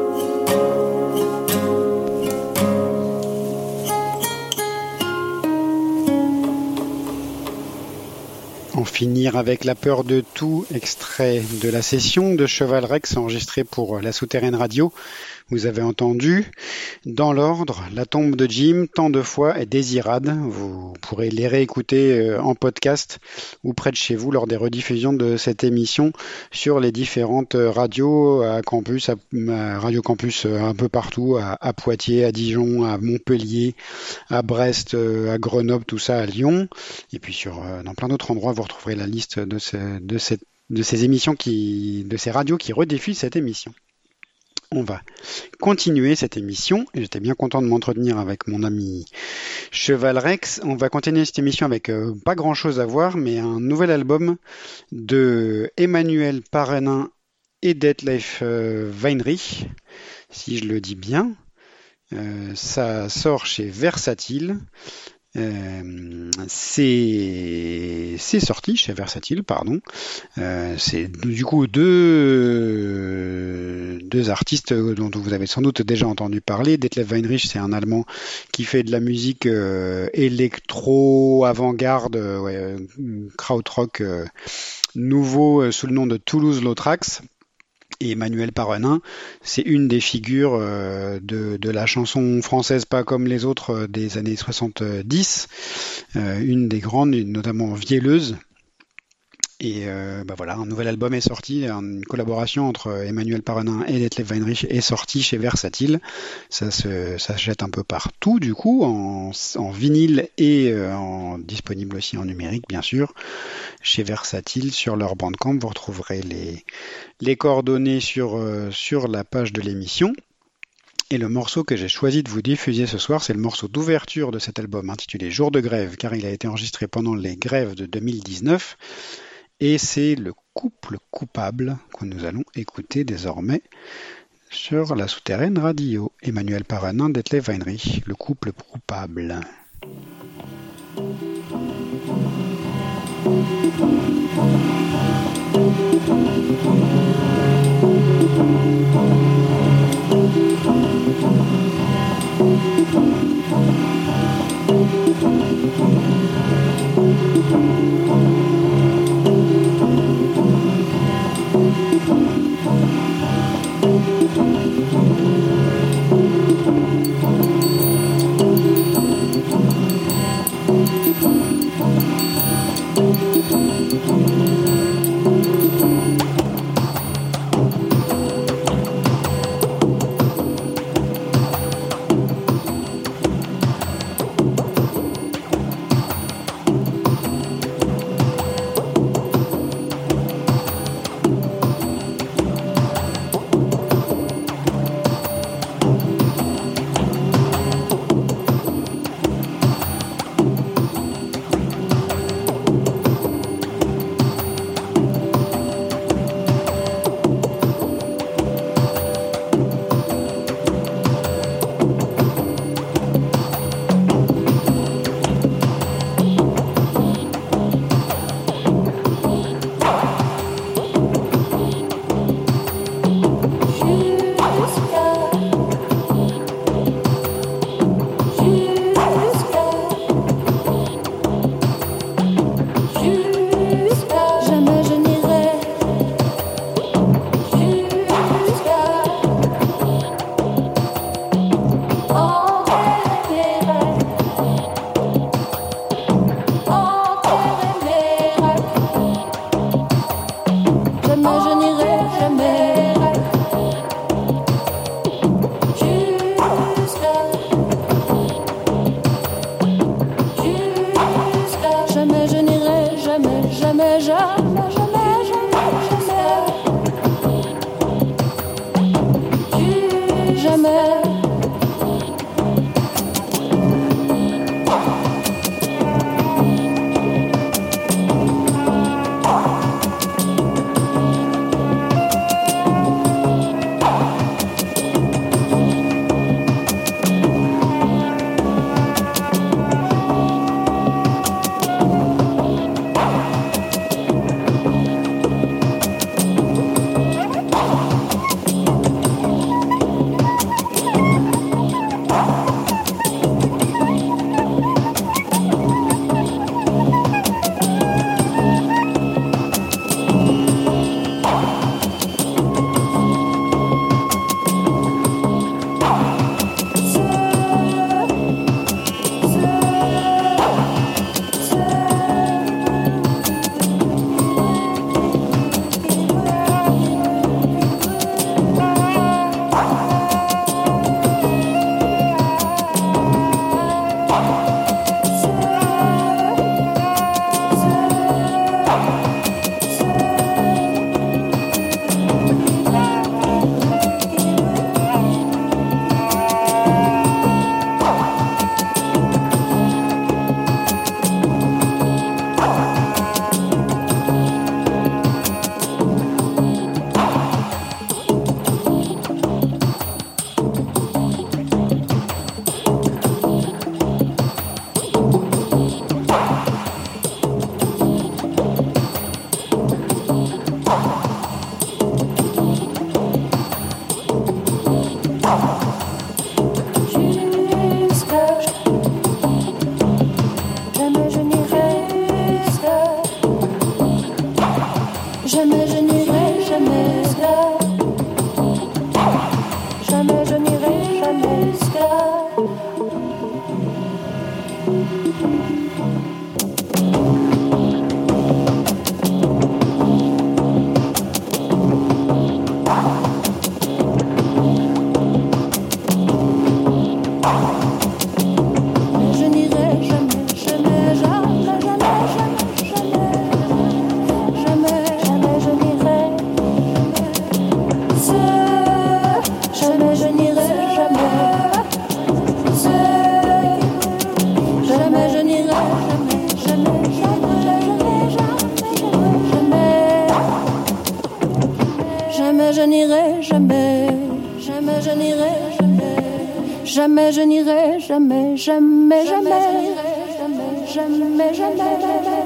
En finir avec la peur de tout, extrait de la session de Cheval Rex enregistrée pour La Souterraine Radio. Vous avez entendu, dans l'ordre, La tombe de Jim, Tant de fois et Désirade. Vous pourrez les réécouter en podcast ou près de chez vous lors des rediffusions de cette émission sur les différentes radios à campus, à, à Radio Campus un peu partout, à, à Poitiers, à Dijon, à Montpellier, à Brest, à Grenoble, tout ça à Lyon. Et puis sur dans plein d'autres endroits, vous retrouverez la liste de, ce, de, cette, de ces émissions qui, de ces radios qui rediffusent cette émission. On va continuer cette émission. J'étais bien content de m'entretenir avec mon ami Cheval Rex. On va continuer cette émission avec euh, pas grand chose à voir, mais un nouvel album de Emmanuel Parenin et Detlef euh, Weinrich, si je le dis bien. Euh, ça sort chez Versatile. Euh, c'est c'est sorti chez Versatile, pardon. Euh, c'est du coup deux deux artistes dont vous avez sans doute déjà entendu parler. Detlef Weinrich, c'est un Allemand qui fait de la musique euh, électro avant-garde, euh, ouais, krautrock euh, nouveau euh, sous le nom de Toulouse Lautrax. Et Emmanuel Parenin, c'est une des figures euh, de, de la chanson française pas comme les autres euh, des années soixante-dix, euh, une des grandes, notamment Vielleuse. Et euh, bah voilà, un nouvel album est sorti, une collaboration entre Emmanuel Parenin et Detlef Weinrich est sorti chez Versatile. Ça se, ça se jette un peu partout, du coup, en, en vinyle et euh, en, disponible aussi en numérique, bien sûr. Chez Versatile, sur leur Bandcamp, vous retrouverez les, les coordonnées sur, euh, sur la page de l'émission. Et le morceau que j'ai choisi de vous diffuser ce soir, c'est le morceau d'ouverture de cet album intitulé Jour de grève, car il a été enregistré pendant les grèves de deux mille dix-neuf. Et c'est le couple coupable que nous allons écouter désormais sur La Souterraine Radio. Emmanuel Parenin, Detlef Weinrich, le couple coupable. Thank you. jamais. Jusqu'à, jusqu'à jamais je n'irai, jamais, jamais, jamais, jamais, jamais, jamais. Jamais. Jamais je n'irai, jamais jusqu'à. Jamais je n'irai, jamais jusqu'à. Je n'irai jamais, jamais, jamais, jamais, jamais, jamais, jamais je n'irai. Jamais je n'irai, jamais. Jamais je n'irai, jamais, jamais, jamais, jamais, jamais. Jamais je n'irai, jamais. Jamais je n'irai, jamais. Jamais je n'irai, jamais, jamais, jamais, jamais, jamais, jamais.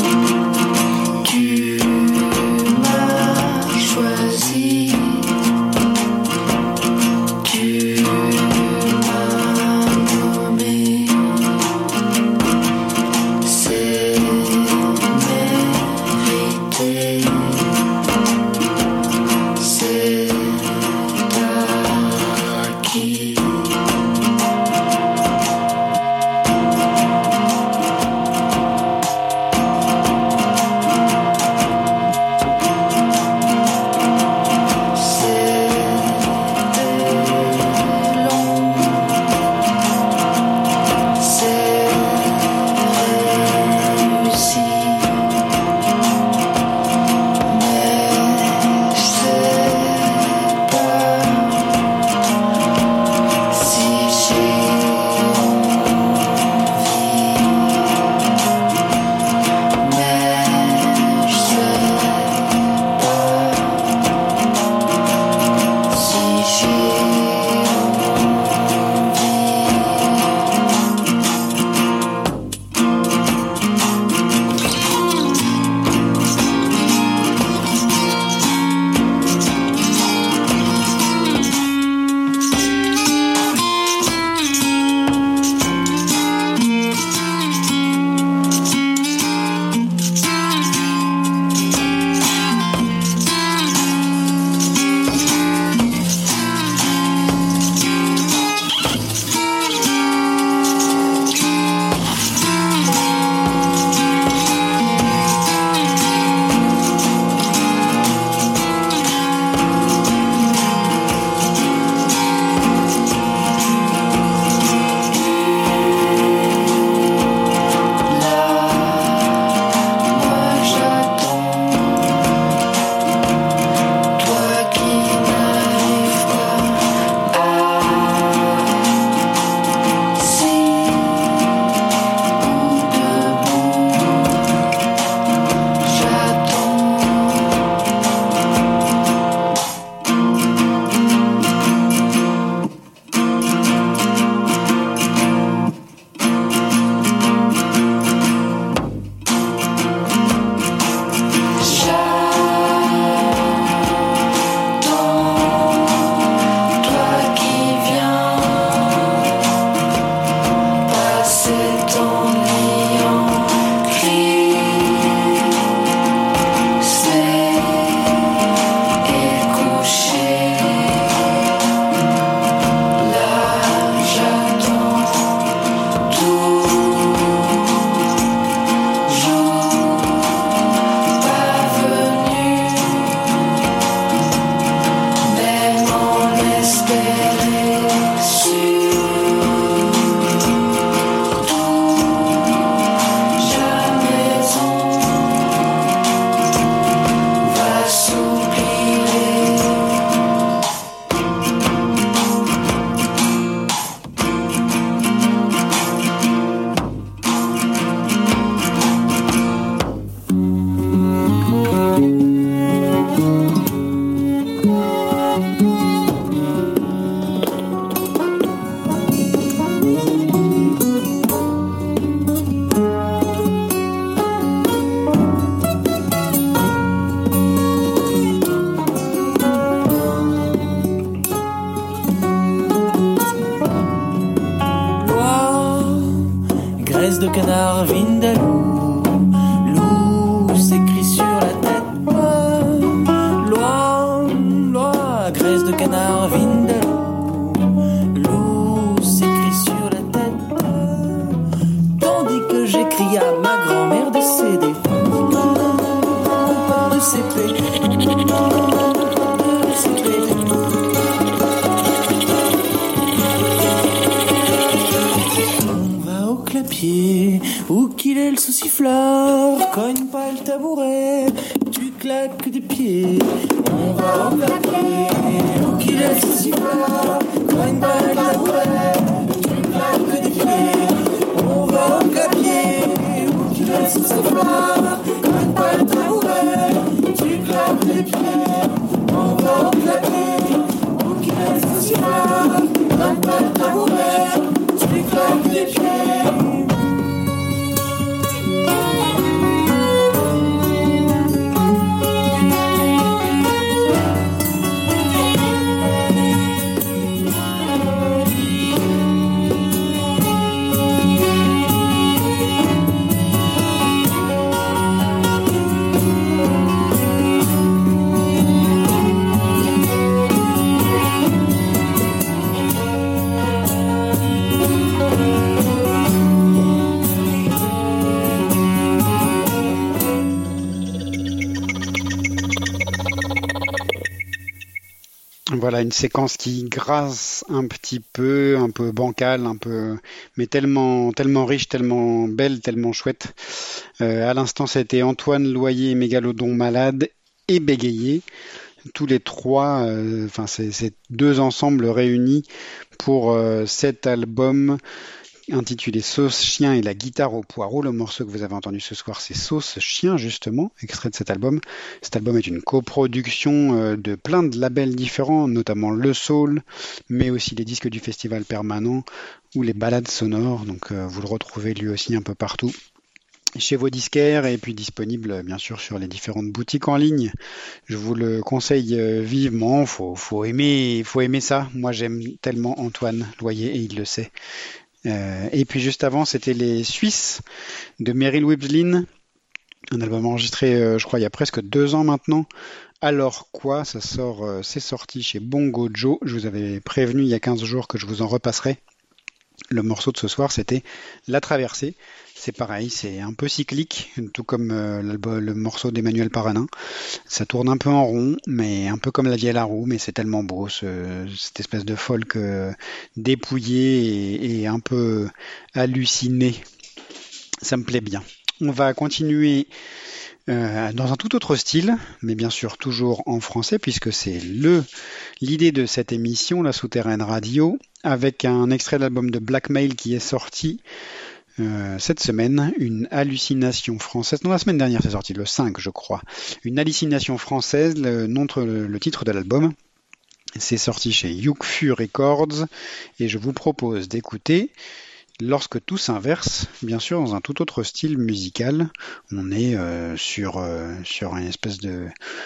Tu m'as choisi graisse de canard vindaloo. Loup s'écrit sur la tête. Loi, loi, graisse de canard vindaloo. Loup s'écrit sur la tête. Tandis que j'écris à ma grand-mère de C D, de C P, de C P. Clapier, où qu'il est le sauciflard, cogne pas le tabouret, tu claques des pieds. On va au clapier, où qu'il est le sauciflard, cogne pas le tabouret, tu claques des pieds. On va au clapier, où qu'il est le sauciflard, cogne pas le tabouret, tu claques des pieds. On va au clapier, où qu'il est le sauciflard, cogne pas le tabouret, tu claques des pieds. Voilà une séquence qui grasse un petit peu, un peu bancale, un peu, mais tellement, tellement riche, tellement belle, tellement chouette. Euh, à l'instant, c'était Antoine Loyer, Mégalodon Malade et Bégayé. Tous les trois, euh, enfin c'est, c'est deux ensembles réunis pour euh, cet album intitulé Sauce Chien et la guitare au poireau. Le morceau que vous avez entendu ce soir, c'est Sauce Chien, justement, extrait de cet album. Cet album est une coproduction de plein de labels différents, notamment Le Soul, mais aussi les disques du Festival Permanent ou les balades sonores. Donc euh, vous le retrouvez lui aussi un peu partout chez vos disquaires et puis disponible bien sûr sur les différentes boutiques en ligne. Je vous le conseille vivement, faut, faut aimer, faut aimer ça. Moi j'aime tellement Antoine Loyer et il le sait. Euh, et puis juste avant, c'était les Suisses de Meryl Wibslin, un album enregistré, euh, je crois, il y a presque deux ans maintenant. Alors quoi, ça sort, euh, c'est sorti chez Bongo Joe. Je vous avais prévenu il y a quinze jours que je vous en repasserai. Le morceau de ce soir, c'était La Traversée. C'est pareil, c'est un peu cyclique, tout comme euh, le morceau d'Emmanuel Paranin. Ça tourne un peu en rond, mais un peu comme La Vie à la roue, mais c'est tellement beau, ce, cette espèce de folk euh, dépouillé et, et un peu halluciné. Ça me plaît bien. On va continuer euh, dans un tout autre style, mais bien sûr toujours en français, puisque c'est le l'idée de cette émission, La Souterraine Radio, avec un extrait de l'album de Blackmail qui est sorti Euh, cette semaine, une hallucination française. Non, la semaine dernière, c'est sorti le cinq, je crois. Une hallucination française, le, nom, le, le titre de l'album. C'est sorti chez Youkfu Records et je vous propose d'écouter Lorsque tout s'inverse, bien sûr dans un tout autre style musical. On est euh, sur euh, sur une espèce de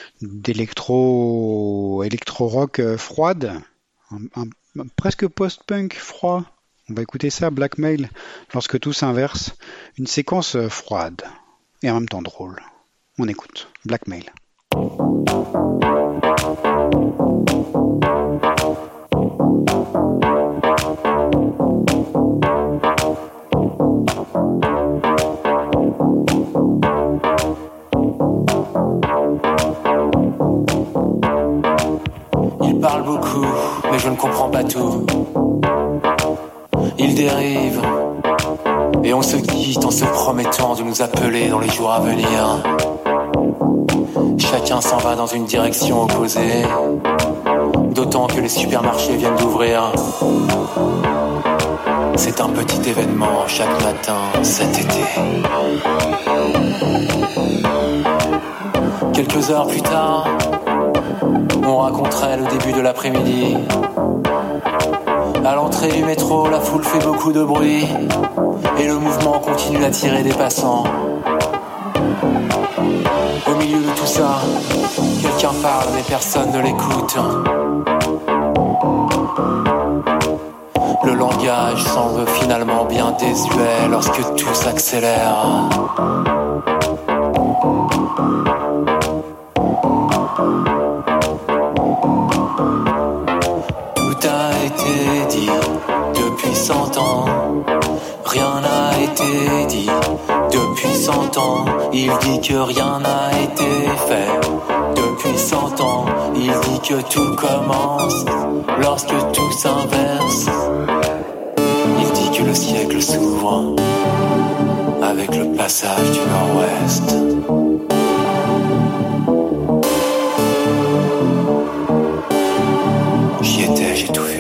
d'électro électro rock euh, froide, un, un, presque post-punk froid. On va écouter ça, Blackmail, Lorsque tout s'inverse, une séquence froide et en même temps drôle. On écoute, Blackmail. Il parle beaucoup, mais je ne comprends pas tout. Il dérive, et on se quitte en se promettant de nous appeler dans les jours à venir. Chacun s'en va dans une direction opposée, d'autant que les supermarchés viennent d'ouvrir. C'est un petit événement chaque matin cet été. Quelques heures plus tard, on raconterait le début de l'après-midi. À l'entrée du métro, la foule fait beaucoup de bruit et le mouvement continue d'attirer des passants. Au milieu de tout ça, quelqu'un parle mais personne ne l'écoute. Le langage bagage semble finalement bien désuet lorsque tout s'accélère. Tout a été dit depuis cent ans. Rien n'a été dit depuis cent ans. Il dit que rien n'a été fait depuis cent ans. Il dit que tout commence lorsque tout s'inverse. Il dit que le siècle s'ouvre avec le passage du Nord-Ouest. J'y étais, j'ai tout vu.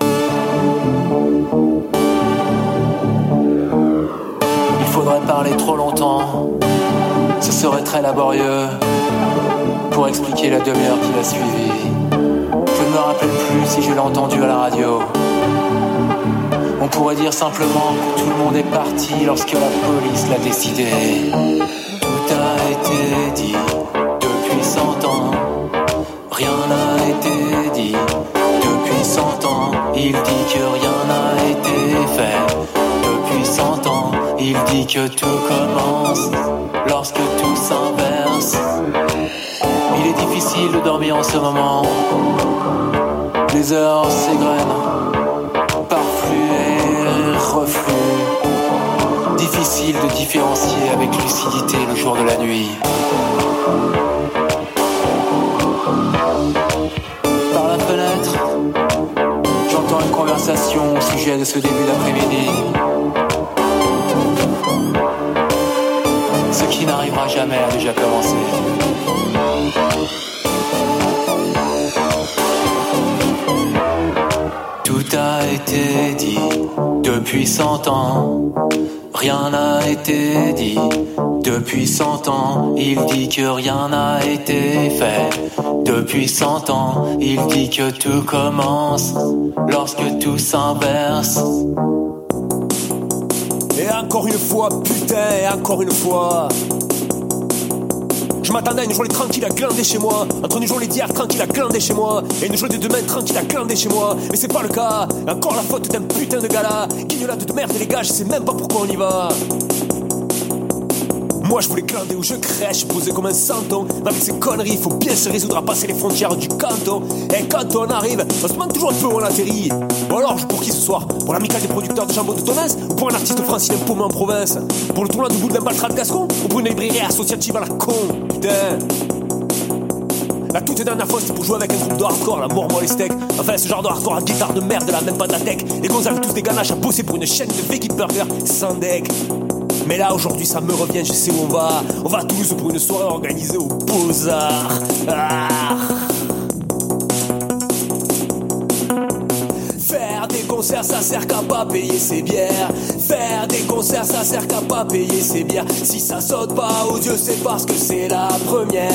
Il faudrait parler trop longtemps, ce serait très laborieux pour expliquer la demi-heure qui a suivi. Je ne me rappelle plus si je l'ai entendu à la radio. On pourrait dire simplement que tout le monde est parti lorsque la police l'a décidé. Tout a été dit depuis cent ans. Rien n'a été dit depuis cent ans. Il dit que rien n'a été fait depuis cent ans. Il dit que tout commence lorsque tout s'inverse. Il est difficile de dormir en ce moment. Les heures s'égrènent par flux et reflux. Difficile de différencier avec lucidité le jour de la nuit. Par la fenêtre, j'entends une conversation au sujet de ce début d'après-midi. Ce qui n'arrivera jamais a déjà commencé. Tout a été dit depuis cent ans. Rien n'a été dit depuis cent ans. Il dit que rien n'a été fait depuis cent ans. Il dit que tout commence lorsque tout s'inverse. Et encore une fois, putain, et encore une fois. Je m'attendais à une journée tranquille à glander chez moi. Entre une journée d'hier tranquille à glander chez moi et une journée de demain tranquille à glander chez moi. Mais c'est pas le cas. Encore la faute d'un putain de gala. Guignolade de merde les gars, je sais même pas pourquoi on y va. Moi je voulais glander où je crèche, posé comme un santon. Mais avec ces conneries, faut bien se résoudre à passer les frontières du canton. Et quand on arrive, on se demande toujours un peu où on atterrit. Ou alors, pour qui ce soir? Pour l'amicale des producteurs de jambon de Tonnes? Ou pour un artiste francilien paumé en province? Pour le tournoi du bout d'un baltral gascon? Ou pour une librairie associative à la con? Putain. La toute dernière fois c'était pour jouer avec un groupe de hardcore, la mort moi les steaks. Enfin ce genre de hardcore à guitare de merde, là même pas de la tech. Les gars avaient tous des ganaches à bosser pour une chaîne de veggie burger sans deck. Mais là aujourd'hui ça me revient, je sais où on va. On va à Toulouse pour une soirée organisée aux Beaux-Arts. Ah. Faire des concerts ça sert qu'à pas payer ses bières. Faire des concerts ça sert qu'à pas payer ses bières. Si ça saute pas aux yeux c'est parce que c'est la première.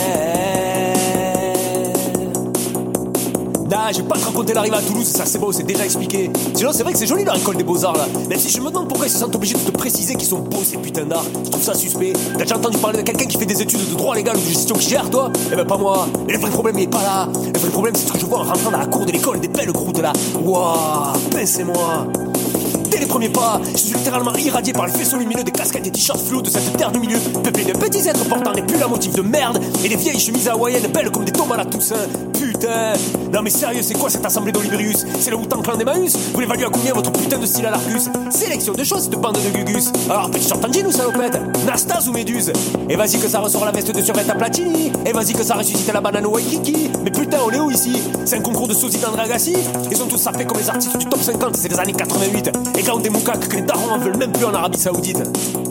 Nah, j'ai pas te raconter l'arrivée à Toulouse, ça c'est beau, c'est déjà expliqué. Sinon c'est vrai que c'est joli leur école des beaux-arts là. Même si je me demande pourquoi ils se sentent obligés de te préciser qu'ils sont beaux ces putains d'art. Je trouve ça suspect. T'as déjà entendu parler de quelqu'un qui fait des études de droit légal ou de gestion qui gère toi? Eh ben pas moi. Mais le vrai problème il est pas là. Le vrai problème c'est ce que je vois en rentrant dans la cour de l'école, des belles croûtes là. Wouah, pincez-moi. Dès les premiers pas, je suis littéralement irradié par le faisceau lumineux des casquettes et t-shirts fluo de cette terre du milieu, peuplée de petits êtres portant des pulls à motifs de merde et des vieilles chemises hawaïennes belles comme des tombes à la Toussaint. Putain. Non mais sérieux, c'est quoi cette assemblée d'Oliberius? C'est le Wu-Tang Clan d'Emmaüs? Vous l'évaluez à combien votre putain de style à l'Arcus? Sélection de choses, cette bande de gugus. Alors petit short en jean ou salopette? Nastas ou Méduse? Et vas-y que ça ressort la veste de survêt à Platini. Et vas-y que ça ressuscite la banane au Waikiki. Mais putain, on est où ici? C'est un concours de sosie d'Andragassi? Ils sont tous sapés comme les artistes du top cinquante, c'est des années quatre-vingt-huit. Et quand des moukacs que les darons en veulent même plus en Arabie Saoudite.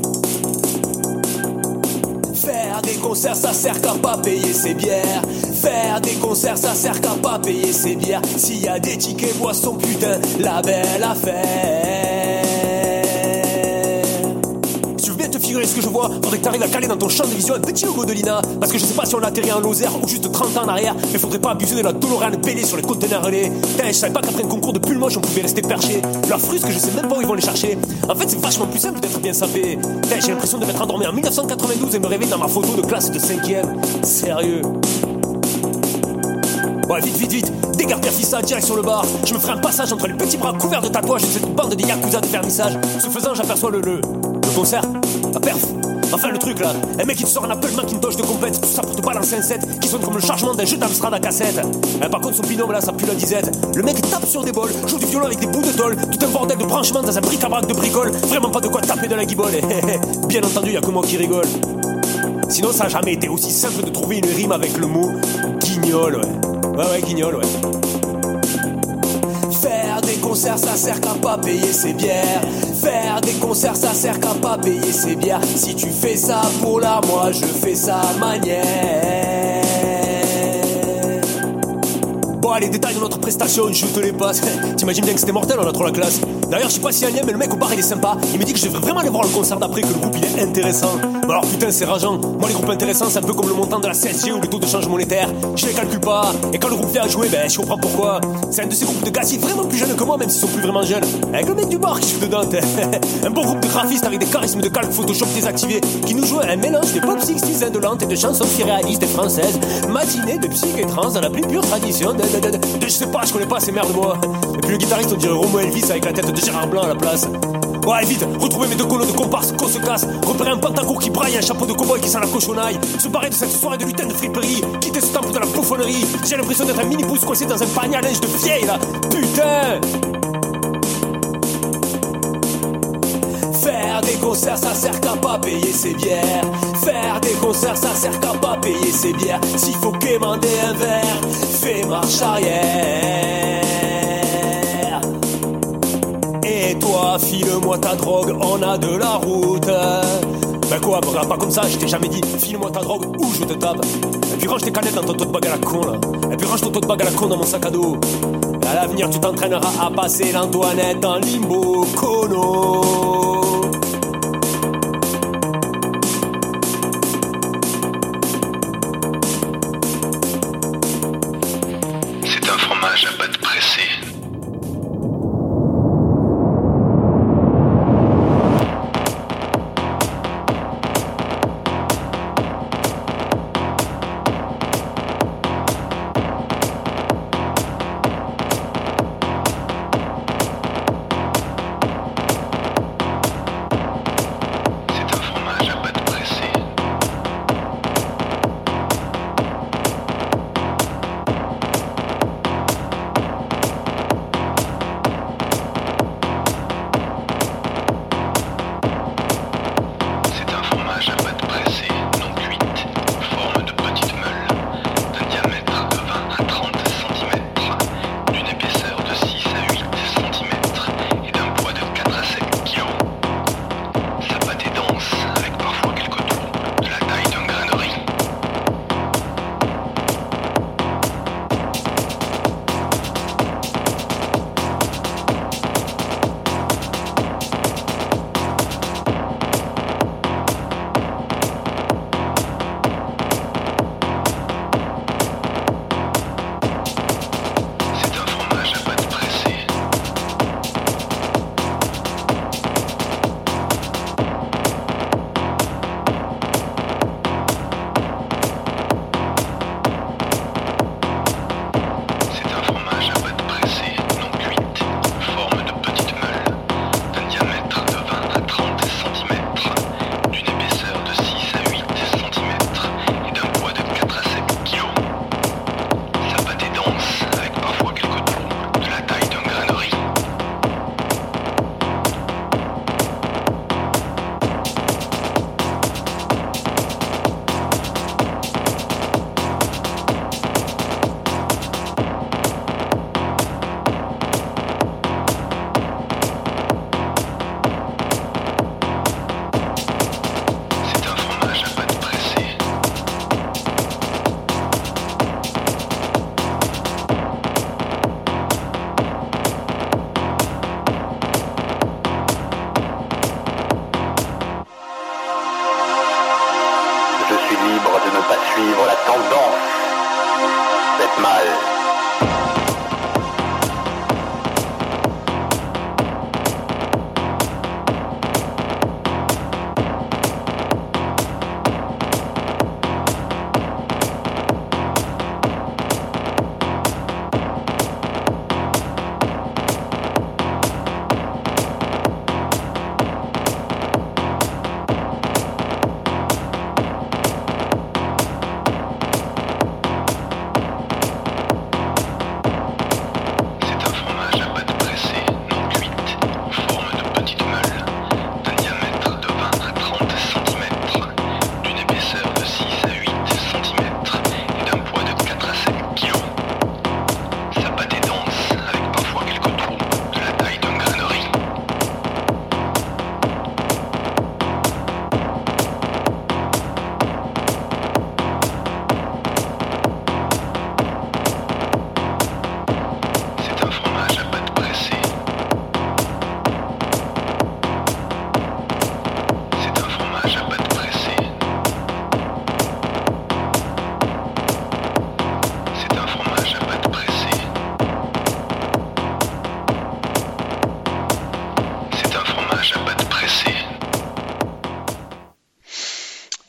Faire des concerts ça sert qu'à pas payer ses bières. Faire des concerts ça sert qu'à pas payer ses bières. S'il y a des tickets boissons putain, la belle affaire. Si tu veux bien te figurer ce que je vois, faudrait que t'arrives à caler dans ton champ de vision un petit logo de Lina. Parce que je sais pas si on a atterri en Lozère ou juste trente ans en arrière. Mais faudrait pas abuser de la DeLorean pelée sur les conteneurs relais. Putain, je savais pas qu'après un concours de pull moche on pouvait rester perché. Leur frustre que je sais même pas où ils vont les chercher. En fait c'est vachement plus simple d'être bien sapé. Putain, j'ai l'impression de m'être endormi en dix-neuf cent quatre-vingt-douze et me réveiller dans ma photo de classe de cinquième. Sérieux. Ouais, vite, vite, vite, dégarde ça, direct sur le bar. Je me ferai un passage entre les petits bras couverts de tatouages de cette bande de yakuza de vernissage. Ce faisant, j'aperçois le, le, le concert, la perf. Enfin le truc là, un mec qui te sort un Apple Macintosh de compète, tout ça pour te balancer un set qui sonne comme le chargement d'un jeu d'Amstrad à cassette. Eh, par contre son binôme là ça pue la disette. Le mec tape sur des bols, joue du violon avec des bouts de tôle, tout un bordel de branchement dans un bric-à-brac de bricole. Vraiment pas de quoi taper de la guibole. Bien entendu y'a que moi qui rigole. Sinon ça a jamais été aussi simple de trouver une rime avec le mot guignol, ouais. Ouais ouais guignol, ouais. Faire des concerts ça sert qu'à pas payer ses bières. Faire des concerts ça sert qu'à pas payer ses bières. Si tu fais ça pour l'art, moi je fais ça à manière. Bon allez, détails de notre prestation, je te les passe. T'imagines bien que c'était mortel, on a trop la classe. D'ailleurs je sais pas si y a un lien, mais le mec au bar il est sympa. Il me dit que je devrais vraiment aller voir le concert d'après, que le groupe il est intéressant. Bon alors putain c'est rageant. Moi les groupes intéressants c'est un peu comme le montant de la C S G ou le taux de change monétaire. Je les calcule pas. Et quand le groupe vient à jouer, ben je comprends pourquoi. C'est un de ces groupes de gars qui est vraiment plus jeune que moi, même s'ils sont plus vraiment jeunes. Avec le mec du bar qui joue dedans. Un bon groupe de graphistes avec des charismes de calque Photoshop désactivés, qui nous joue un mélange de pop sixties indolentes et de chansons surréalistes et françaises. Matinée de psych et trans dans la plus pure tradition de, de, de, de, de je sais pas, je connais pas ces merdes moi. Et puis le guitariste on dirait Romo Elvis avec la tête de Gérard Blanc à la place. Ouais vite, retrouver mes deux colos de comparse qu'on se casse, repérer un pantacourt qui braille, un chapeau de cow-boy qui sent la cochonaille, se barrer de cette soirée de lutin de friperie, quitter ce temple de la bouffonnerie. J'ai l'impression d'être un mini-pouce coincé dans un panier à linge de vieille là. Putain. Faire des concerts ça sert qu'à pas payer ses bières. Faire des concerts ça sert qu'à pas payer ses bières. S'il faut quémander un verre, fais marche arrière. Et toi, file-moi ta drogue, on a de la route. Ben quoi, regarde pas comme ça, je t'ai jamais dit file-moi ta drogue ou je te tape. Et puis range tes canettes dans ton tote bag à la con là. Et puis range ton tote bag à la con dans mon sac à dos. Et à l'avenir tu t'entraîneras à passer l'Antoinette en limbo cono. C'est un fromage à pâte pressée.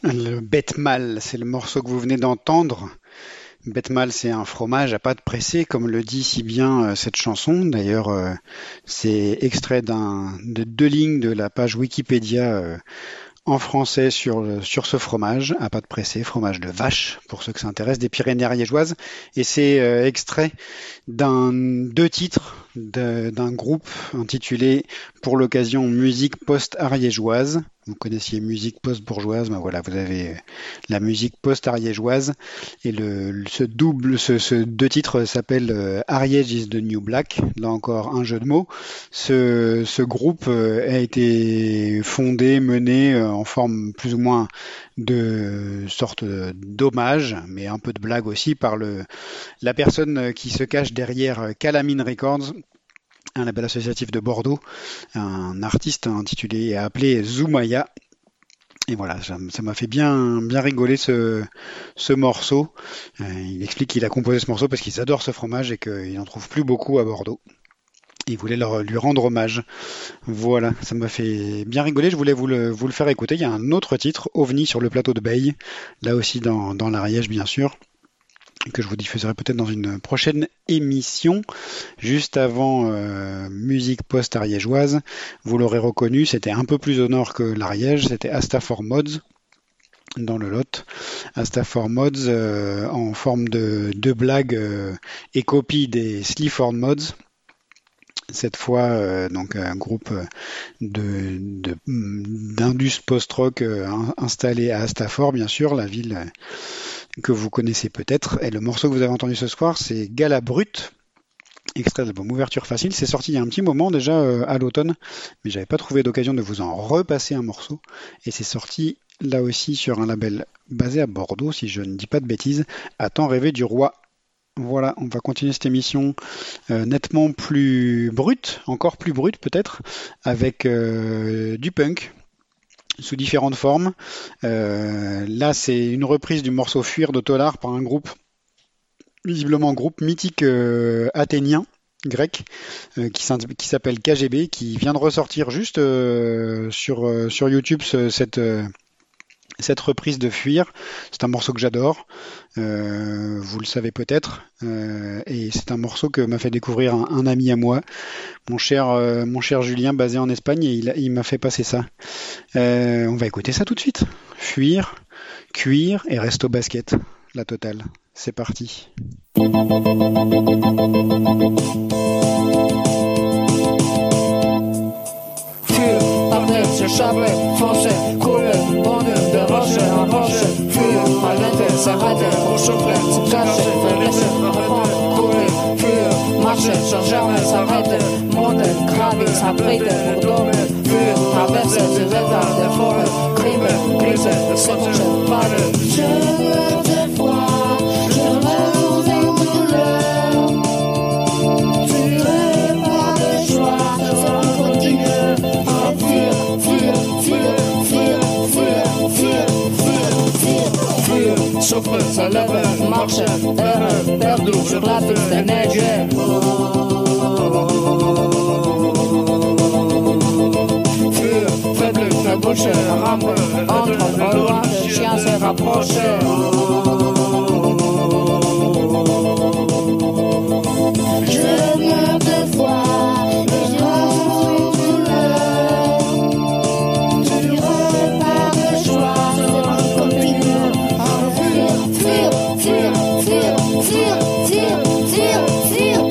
Le Betmal, c'est le morceau que vous venez d'entendre. Betmal, c'est un fromage à pâte pressée, comme le dit si bien euh, cette chanson. D'ailleurs, euh, c'est extrait d'un, de deux lignes de la page Wikipédia euh, en français sur, sur ce fromage à pâte pressée, fromage de vache, pour ceux que ça intéresse, des Pyrénées ariégeoises. Et c'est euh, extrait d'un deux titres de, d'un groupe intitulé pour l'occasion Musique post-ariégeoise. Vous connaissiez musique post-bourgeoise, ben voilà, vous avez la musique post-ariégeoise et le, ce double, ce, ce deux titres s'appelle euh, Ariège is the New Black. Là encore un jeu de mots. Ce, ce groupe euh, a été fondé, mené euh, en forme plus ou moins de sorte d'hommage, mais un peu de blague aussi par le la personne qui se cache derrière Calamine Records, un label associatif de Bordeaux, un artiste intitulé et appelé Zoumaya. Et voilà, ça, ça m'a fait bien, bien rigoler ce, ce morceau. Euh, il explique qu'il a composé ce morceau parce qu'il adore ce fromage et qu'il n'en trouve plus beaucoup à Bordeaux. Il voulait leur, lui rendre hommage. Voilà, ça m'a fait bien rigoler. Je voulais vous le, vous le faire écouter. Il y a un autre titre, OVNI sur le plateau de Beille, là aussi dans, dans l'Ariège bien sûr, que je vous diffuserai peut-être dans une prochaine émission. Juste avant euh, musique post-ariégeoise, vous l'aurez reconnu, c'était un peu plus au nord que l'Ariège, c'était Astafor Mods dans le Lot. Astafor Mods euh, en forme de, de blague euh, et copie des Sleaford Mods. Cette fois, euh, donc un groupe de, de d'indus post-rock euh, installé à Astafor, bien sûr, la ville euh, que vous connaissez peut-être. Et le morceau que vous avez entendu ce soir, c'est Gala Brut, extrait de l'album Ouverture Facile. C'est sorti il y a un petit moment déjà euh, à l'automne, mais j'avais pas trouvé d'occasion de vous en repasser un morceau. Et c'est sorti là aussi sur un label basé à Bordeaux, si je ne dis pas de bêtises, à Tant rêver du roi. Voilà, on va continuer cette émission euh, nettement plus brute, encore plus brute peut-être, avec euh, du punk sous différentes formes. Euh, là, c'est une reprise du morceau Fuir de Tolar par un groupe, visiblement groupe mythique euh, athénien, grec, euh, qui, qui s'appelle K G B, qui vient de ressortir juste euh, sur, euh, sur YouTube ce, cette... Euh, Cette reprise de Fuir, c'est un morceau que j'adore, euh, vous le savez peut-être, euh, et c'est un morceau que m'a fait découvrir un, un ami à moi, mon cher, euh, mon cher Julien, basé en Espagne, et il, il m'a fait passer ça. Euh, on va écouter ça tout de suite. Fuir, cuire et resto basket, la totale. C'est parti. S'échapper, foncer, couler, bondir de rocher en rocher, fuir, arrêter, s'arrêter, pour souffler, se cacher, faire laisser, reprendre, couler, fuir, marcher, sans jamais s'arrêter, monter, gravir, s'abriter, pour dormir, fuir, traverser, se réveiller, des forêts, crimer, glisser, sortir, parler. Je meurs de froid, je meurs de douleur, tu n'as pas de choix, sans continuer à fuir. Souffrir, se lever, marcher, errer, perdu sur la piste enneigée. Fuir, faible, trébucher, ramper, entre, au loin, le chien s'est rapproché. Je meurs de foi, et je rends une douleur. Tu n'aurais pas de choix, c'est continue. Fuir, fuir, fuir, fuir, fuir, fuir, fuir.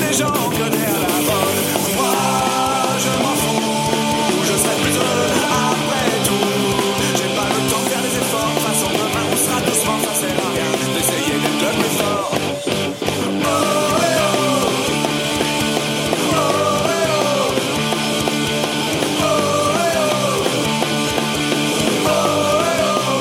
les gens gueulaient à la bonne. Moi, je m'en fous, je serai plus heureux après tout. J'ai pas le temps de faire des efforts, de toute façon demain on sera tous morts, ça sert à rien d'essayer d'être le plus fort. Oh, eh, oh. Oh, eh, oh. Oh, eh, oh. Oh, eh,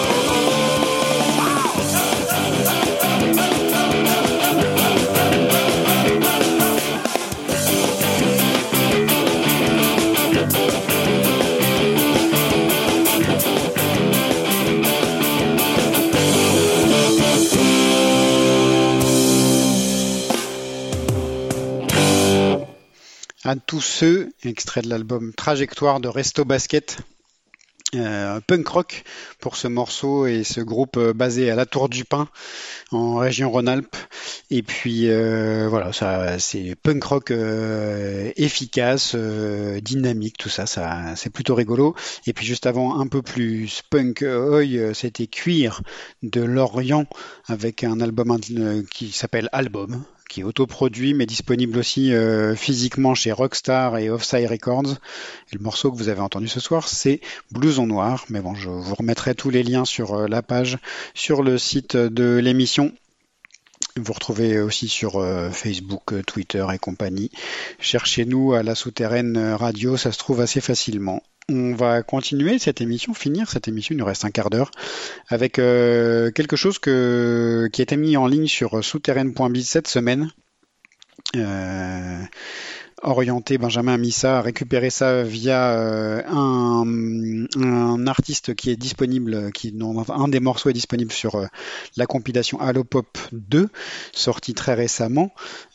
À tous ceux, extrait de l'album Trajectoire de Resto Basket, euh, punk rock pour ce morceau et ce groupe euh, basé à la Tour du Pin en région Rhône-Alpes. Et puis euh, voilà, ça c'est punk rock euh, efficace, euh, dynamique, tout ça, ça c'est plutôt rigolo. Et puis juste avant, un peu plus punk oi, c'était Cuir de Lorient avec un album euh, qui s'appelle Album, qui est autoproduit mais disponible aussi euh, physiquement chez Rockstar et Offside Records. Et le morceau que vous avez entendu ce soir, c'est Blouson Noir. Mais bon, je vous remettrai tous les liens sur euh, la page, sur le site de l'émission. Vous retrouvez aussi sur euh, Facebook, Twitter et compagnie. Cherchez-nous à La Souterraine Radio, ça se trouve assez facilement. On va continuer cette émission, finir cette émission, il nous reste un quart d'heure, avec euh, quelque chose que, qui a été mis en ligne sur souterraine point biz cette semaine. Euh, orienté, Benjamin a mis ça, a récupéré ça via euh, un, un artiste qui est disponible, qui, dont un des morceaux est disponible sur euh, la compilation Allopop deux, sortie très récemment.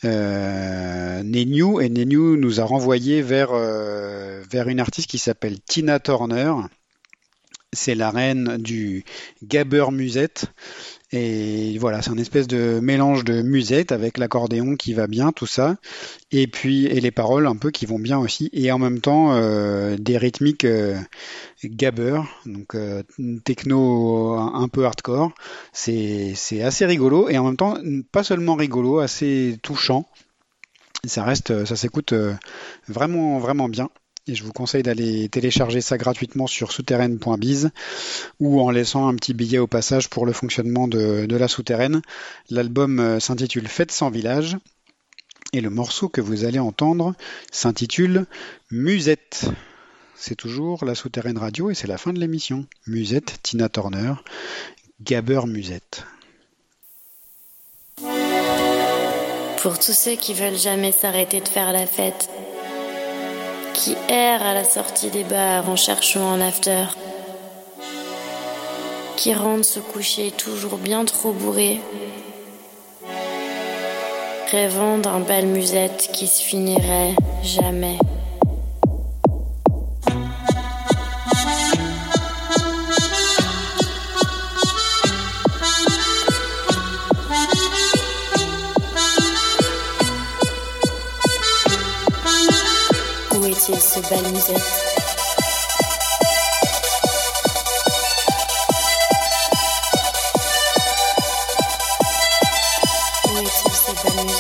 Euh, Nenyu, et Nenyu nous a renvoyé vers, euh, vers une artiste qui s'appelle Tina Turner. C'est la reine du gabber musette. Et voilà, c'est un espèce de mélange de musette avec l'accordéon qui va bien, tout ça. Et puis, et les paroles un peu qui vont bien aussi. Et en même temps, euh, des rythmiques euh, gabber, donc euh, techno un peu hardcore. C'est, c'est assez rigolo. Et en même temps, pas seulement rigolo, assez touchant. Ça reste, ça s'écoute euh, vraiment, vraiment bien. Et je vous conseille d'aller télécharger ça gratuitement sur souterraine point biz ou en laissant un petit billet au passage pour le fonctionnement de, de la souterraine. L'album s'intitule Fête sans village et le morceau que vous allez entendre s'intitule Musette. C'est toujours la Souterraine Radio et c'est la fin de l'émission. Musette, Tina Turner, Gabber Musette. Pour tous ceux qui veulent jamais s'arrêter de faire la fête, qui errent à la sortie des bars en cherchant un after, qui rentrent se coucher toujours bien trop bourrés, rêvant d'un bal musette qui se finirait jamais. Où est-il ce bal musette ? Où est-il ce bal musette ?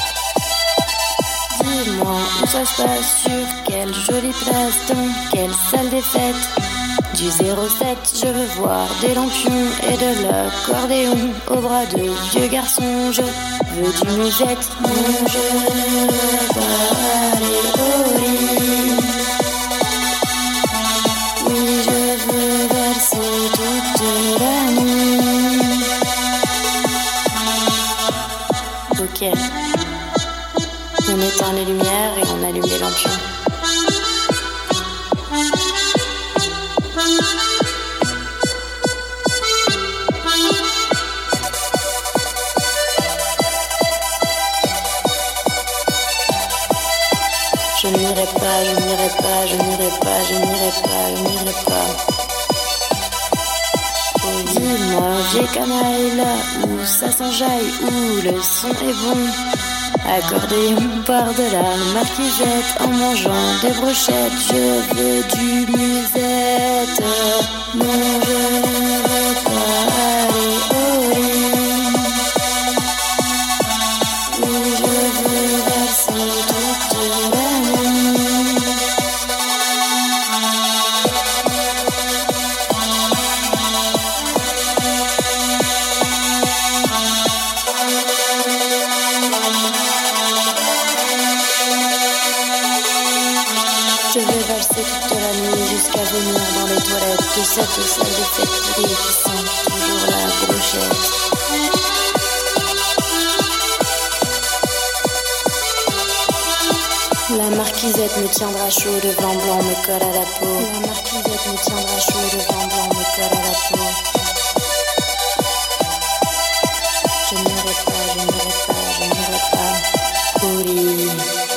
Dis-moi où ça se passe, sur quelle jolie place, dans quelle salle des fêtes ? Du zéro sept, je veux voir des lampions et de l'accordéon au bras de vieux garçons. Je veux du musette, non je veux pas aller au lit. Oui, je veux valser toute la nuit. Ok, on éteint les lumières et on allume les lampions. Je n'irai pas, je n'irai pas, je n'irai pas, je n'irai pas, je n'irai pas. Oh, dis-moi, vieux canaille, là où ça s'enjaille, où le son est bon. Accordéon par-delà marquisette, en mangeant des brochettes, je veux du musette. Non, je ne veux pas aller au lit. Oui, je veux verser Je vais valser toute la nuit jusqu'à vomir dans les toilettes de cette salle de fête pourrie qui sent toujours la brochette. La marquisette me tiendra chaud, le vent blanc me colle à la peau. La marquisette me tiendra chaud, le vent blanc me colle à la peau. Je n'irai pas, je n'irai pas, je n'irai pas au lit.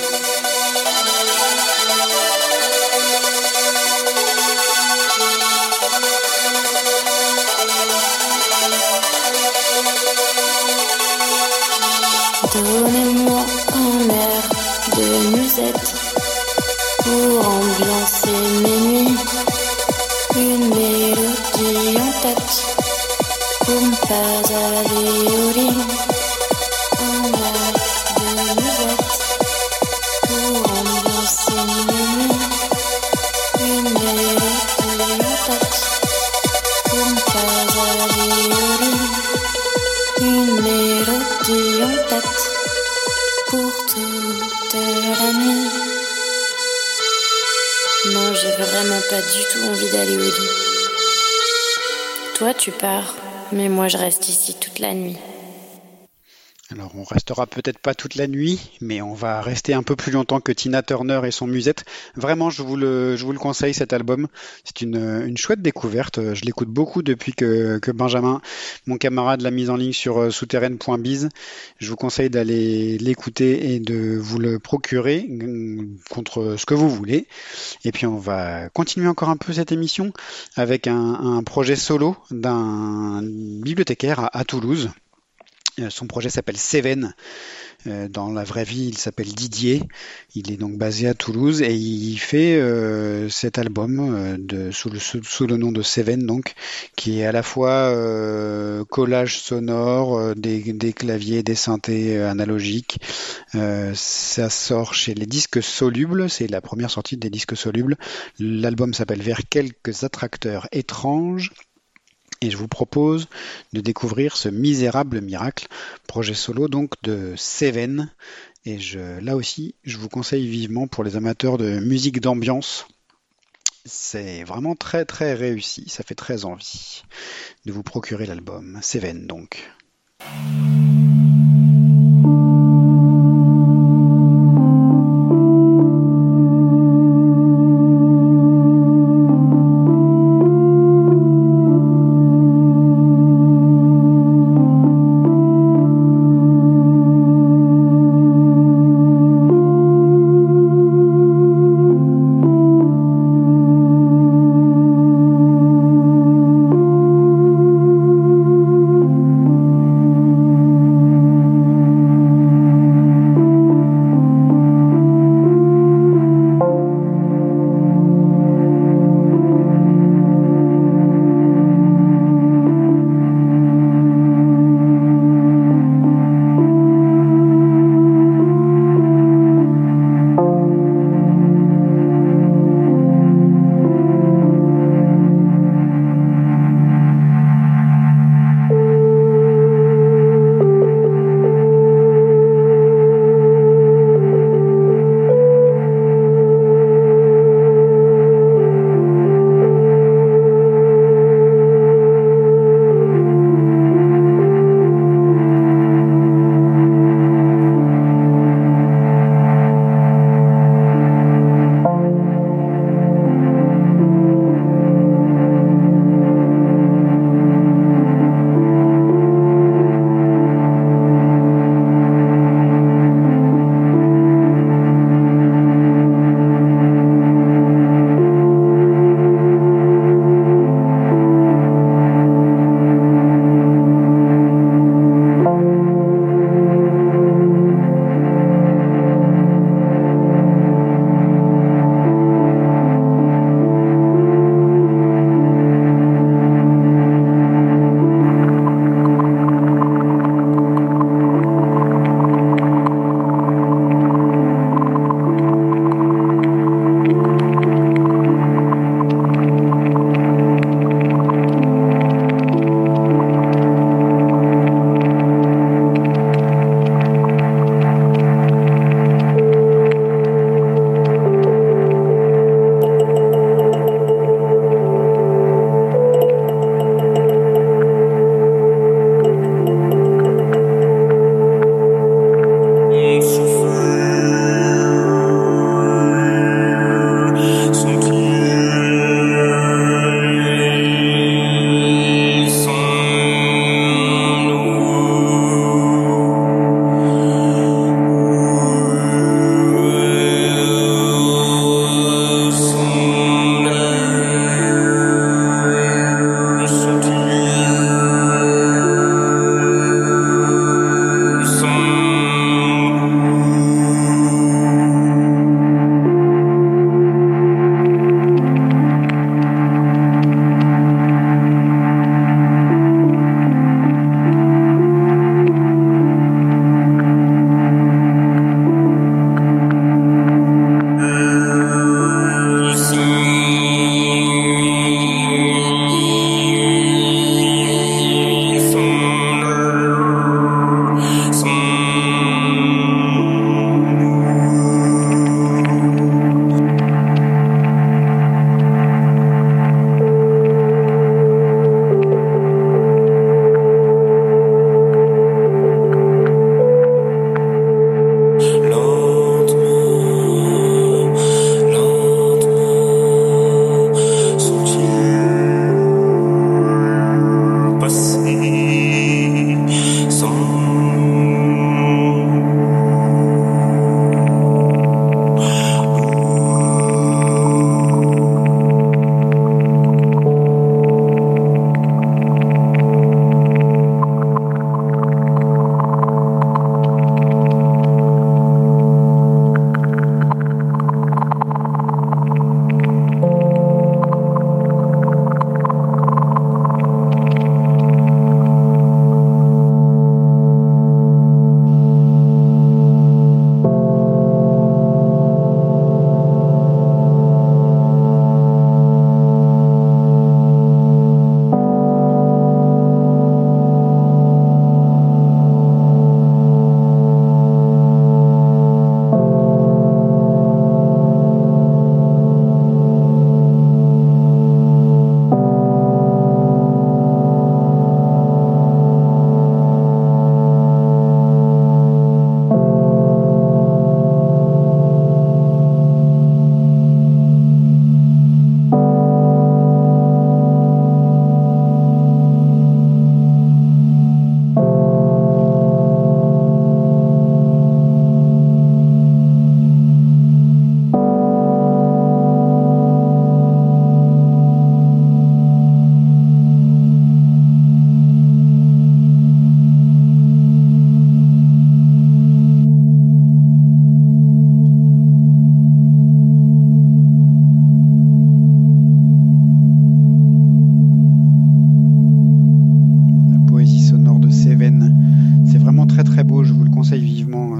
Donnez-moi un air de musette pour ambiancer mes nuits, une mélodie en tête pour me pas aller au lit. Un air de musette pour ambiancer mes nuits, une mélodie en tête pour me pas aller au lit. Une mélodie en tête pour toute la nuit. Non, j'ai vraiment pas du tout envie d'aller au lit. Toi, tu pars, mais moi, je reste ici toute la nuit. Alors on restera peut-être pas toute la nuit, mais on va rester un peu plus longtemps que Tina Turner et son musette. Vraiment, je vous le, je vous le conseille cet album. C'est une, une chouette découverte. Je l'écoute beaucoup depuis que, que Benjamin, mon camarade, l'a mise en ligne sur euh, souterraine point biz. Je vous conseille d'aller l'écouter et de vous le procurer euh, contre ce que vous voulez. Et puis on va continuer encore un peu cette émission avec un, un projet solo d'un bibliothécaire à, à Toulouse. Son projet s'appelle Seven. Dans la vraie vie, il s'appelle Didier. Il est donc basé à Toulouse et il fait euh, cet album euh, de, sous, le, sous le nom de Seven, donc, qui est à la fois euh, collage sonore, euh, des, des claviers, des synthés analogiques. Euh, ça sort chez les Disques Solubles. C'est la première sortie des Disques Solubles. L'album s'appelle Vers quelques attracteurs étranges. Et je vous propose de découvrir ce misérable miracle, projet solo donc de Seven. Et je, là aussi, je vous conseille vivement pour les amateurs de musique d'ambiance. C'est vraiment très très réussi, ça fait très envie de vous procurer l'album. Seven donc. Thank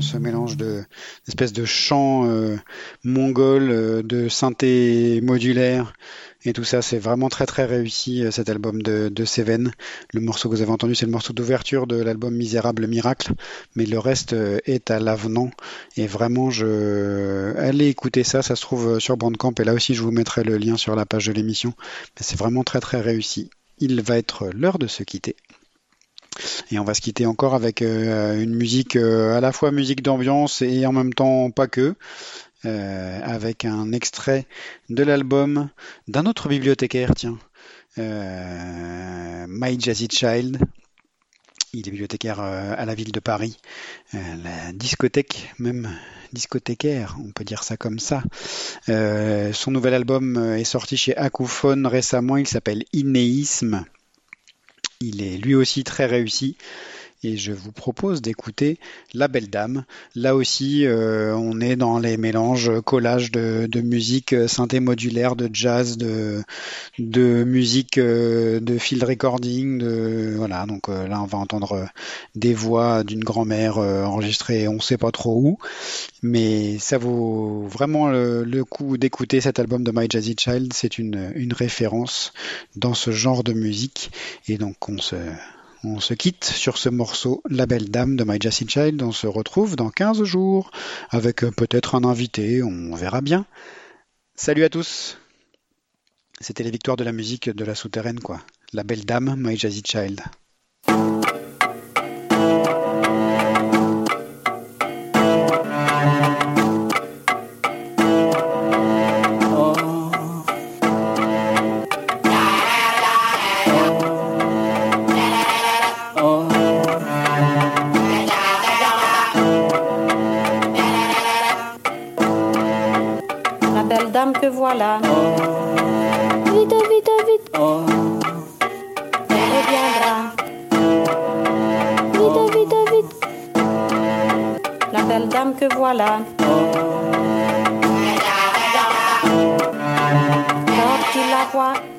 ce mélange de d'espèce de chant euh, mongol, euh, de synthé modulaire et tout ça. C'est vraiment très très réussi euh, cet album de, de Seven. Le morceau que vous avez entendu, c'est le morceau d'ouverture de l'album Misérable Miracle, mais le reste euh, est à l'avenant. Et vraiment, je allez écouter ça, ça se trouve sur Bandcamp et là aussi je vous mettrai le lien sur la page de l'émission. Mais c'est vraiment très très réussi. Il va être l'heure de se quitter. Et on va se quitter encore avec euh, une musique euh, à la fois musique d'ambiance et en même temps pas que, euh, avec un extrait de l'album d'un autre bibliothécaire, tiens, euh, My Jazzy Child. Il est bibliothécaire euh, à la ville de Paris, euh, la discothèque même discothécaire, on peut dire ça comme ça. Euh, son nouvel album est sorti chez Acouphone récemment, il s'appelle Inéisme. Il est lui aussi très réussi et je vous propose d'écouter La Belle Dame. Là aussi, euh, on est dans les mélanges, collages de, de musique synthé modulaire, de jazz, de, de musique euh, de field recording. De, voilà, donc euh, là, on va entendre des voix d'une grand-mère euh, enregistrées on ne sait pas trop où. Mais ça vaut vraiment le, le coup d'écouter cet album de My Jazzy Child. C'est une, une référence dans ce genre de musique. Et donc, on se... On se quitte sur ce morceau La Belle Dame de My Jazzy Child. On se retrouve dans quinze jours avec peut-être un invité, on verra bien. Salut à tous. C'était les victoires de la musique de la souterraine, quoi. La Belle Dame, My Jazzy Child. Que voilà. Vite, vite, vite. Oh. Elle reviendra. Vite, vite, vite. La belle dame que voilà. Oh. Quand tu la vois.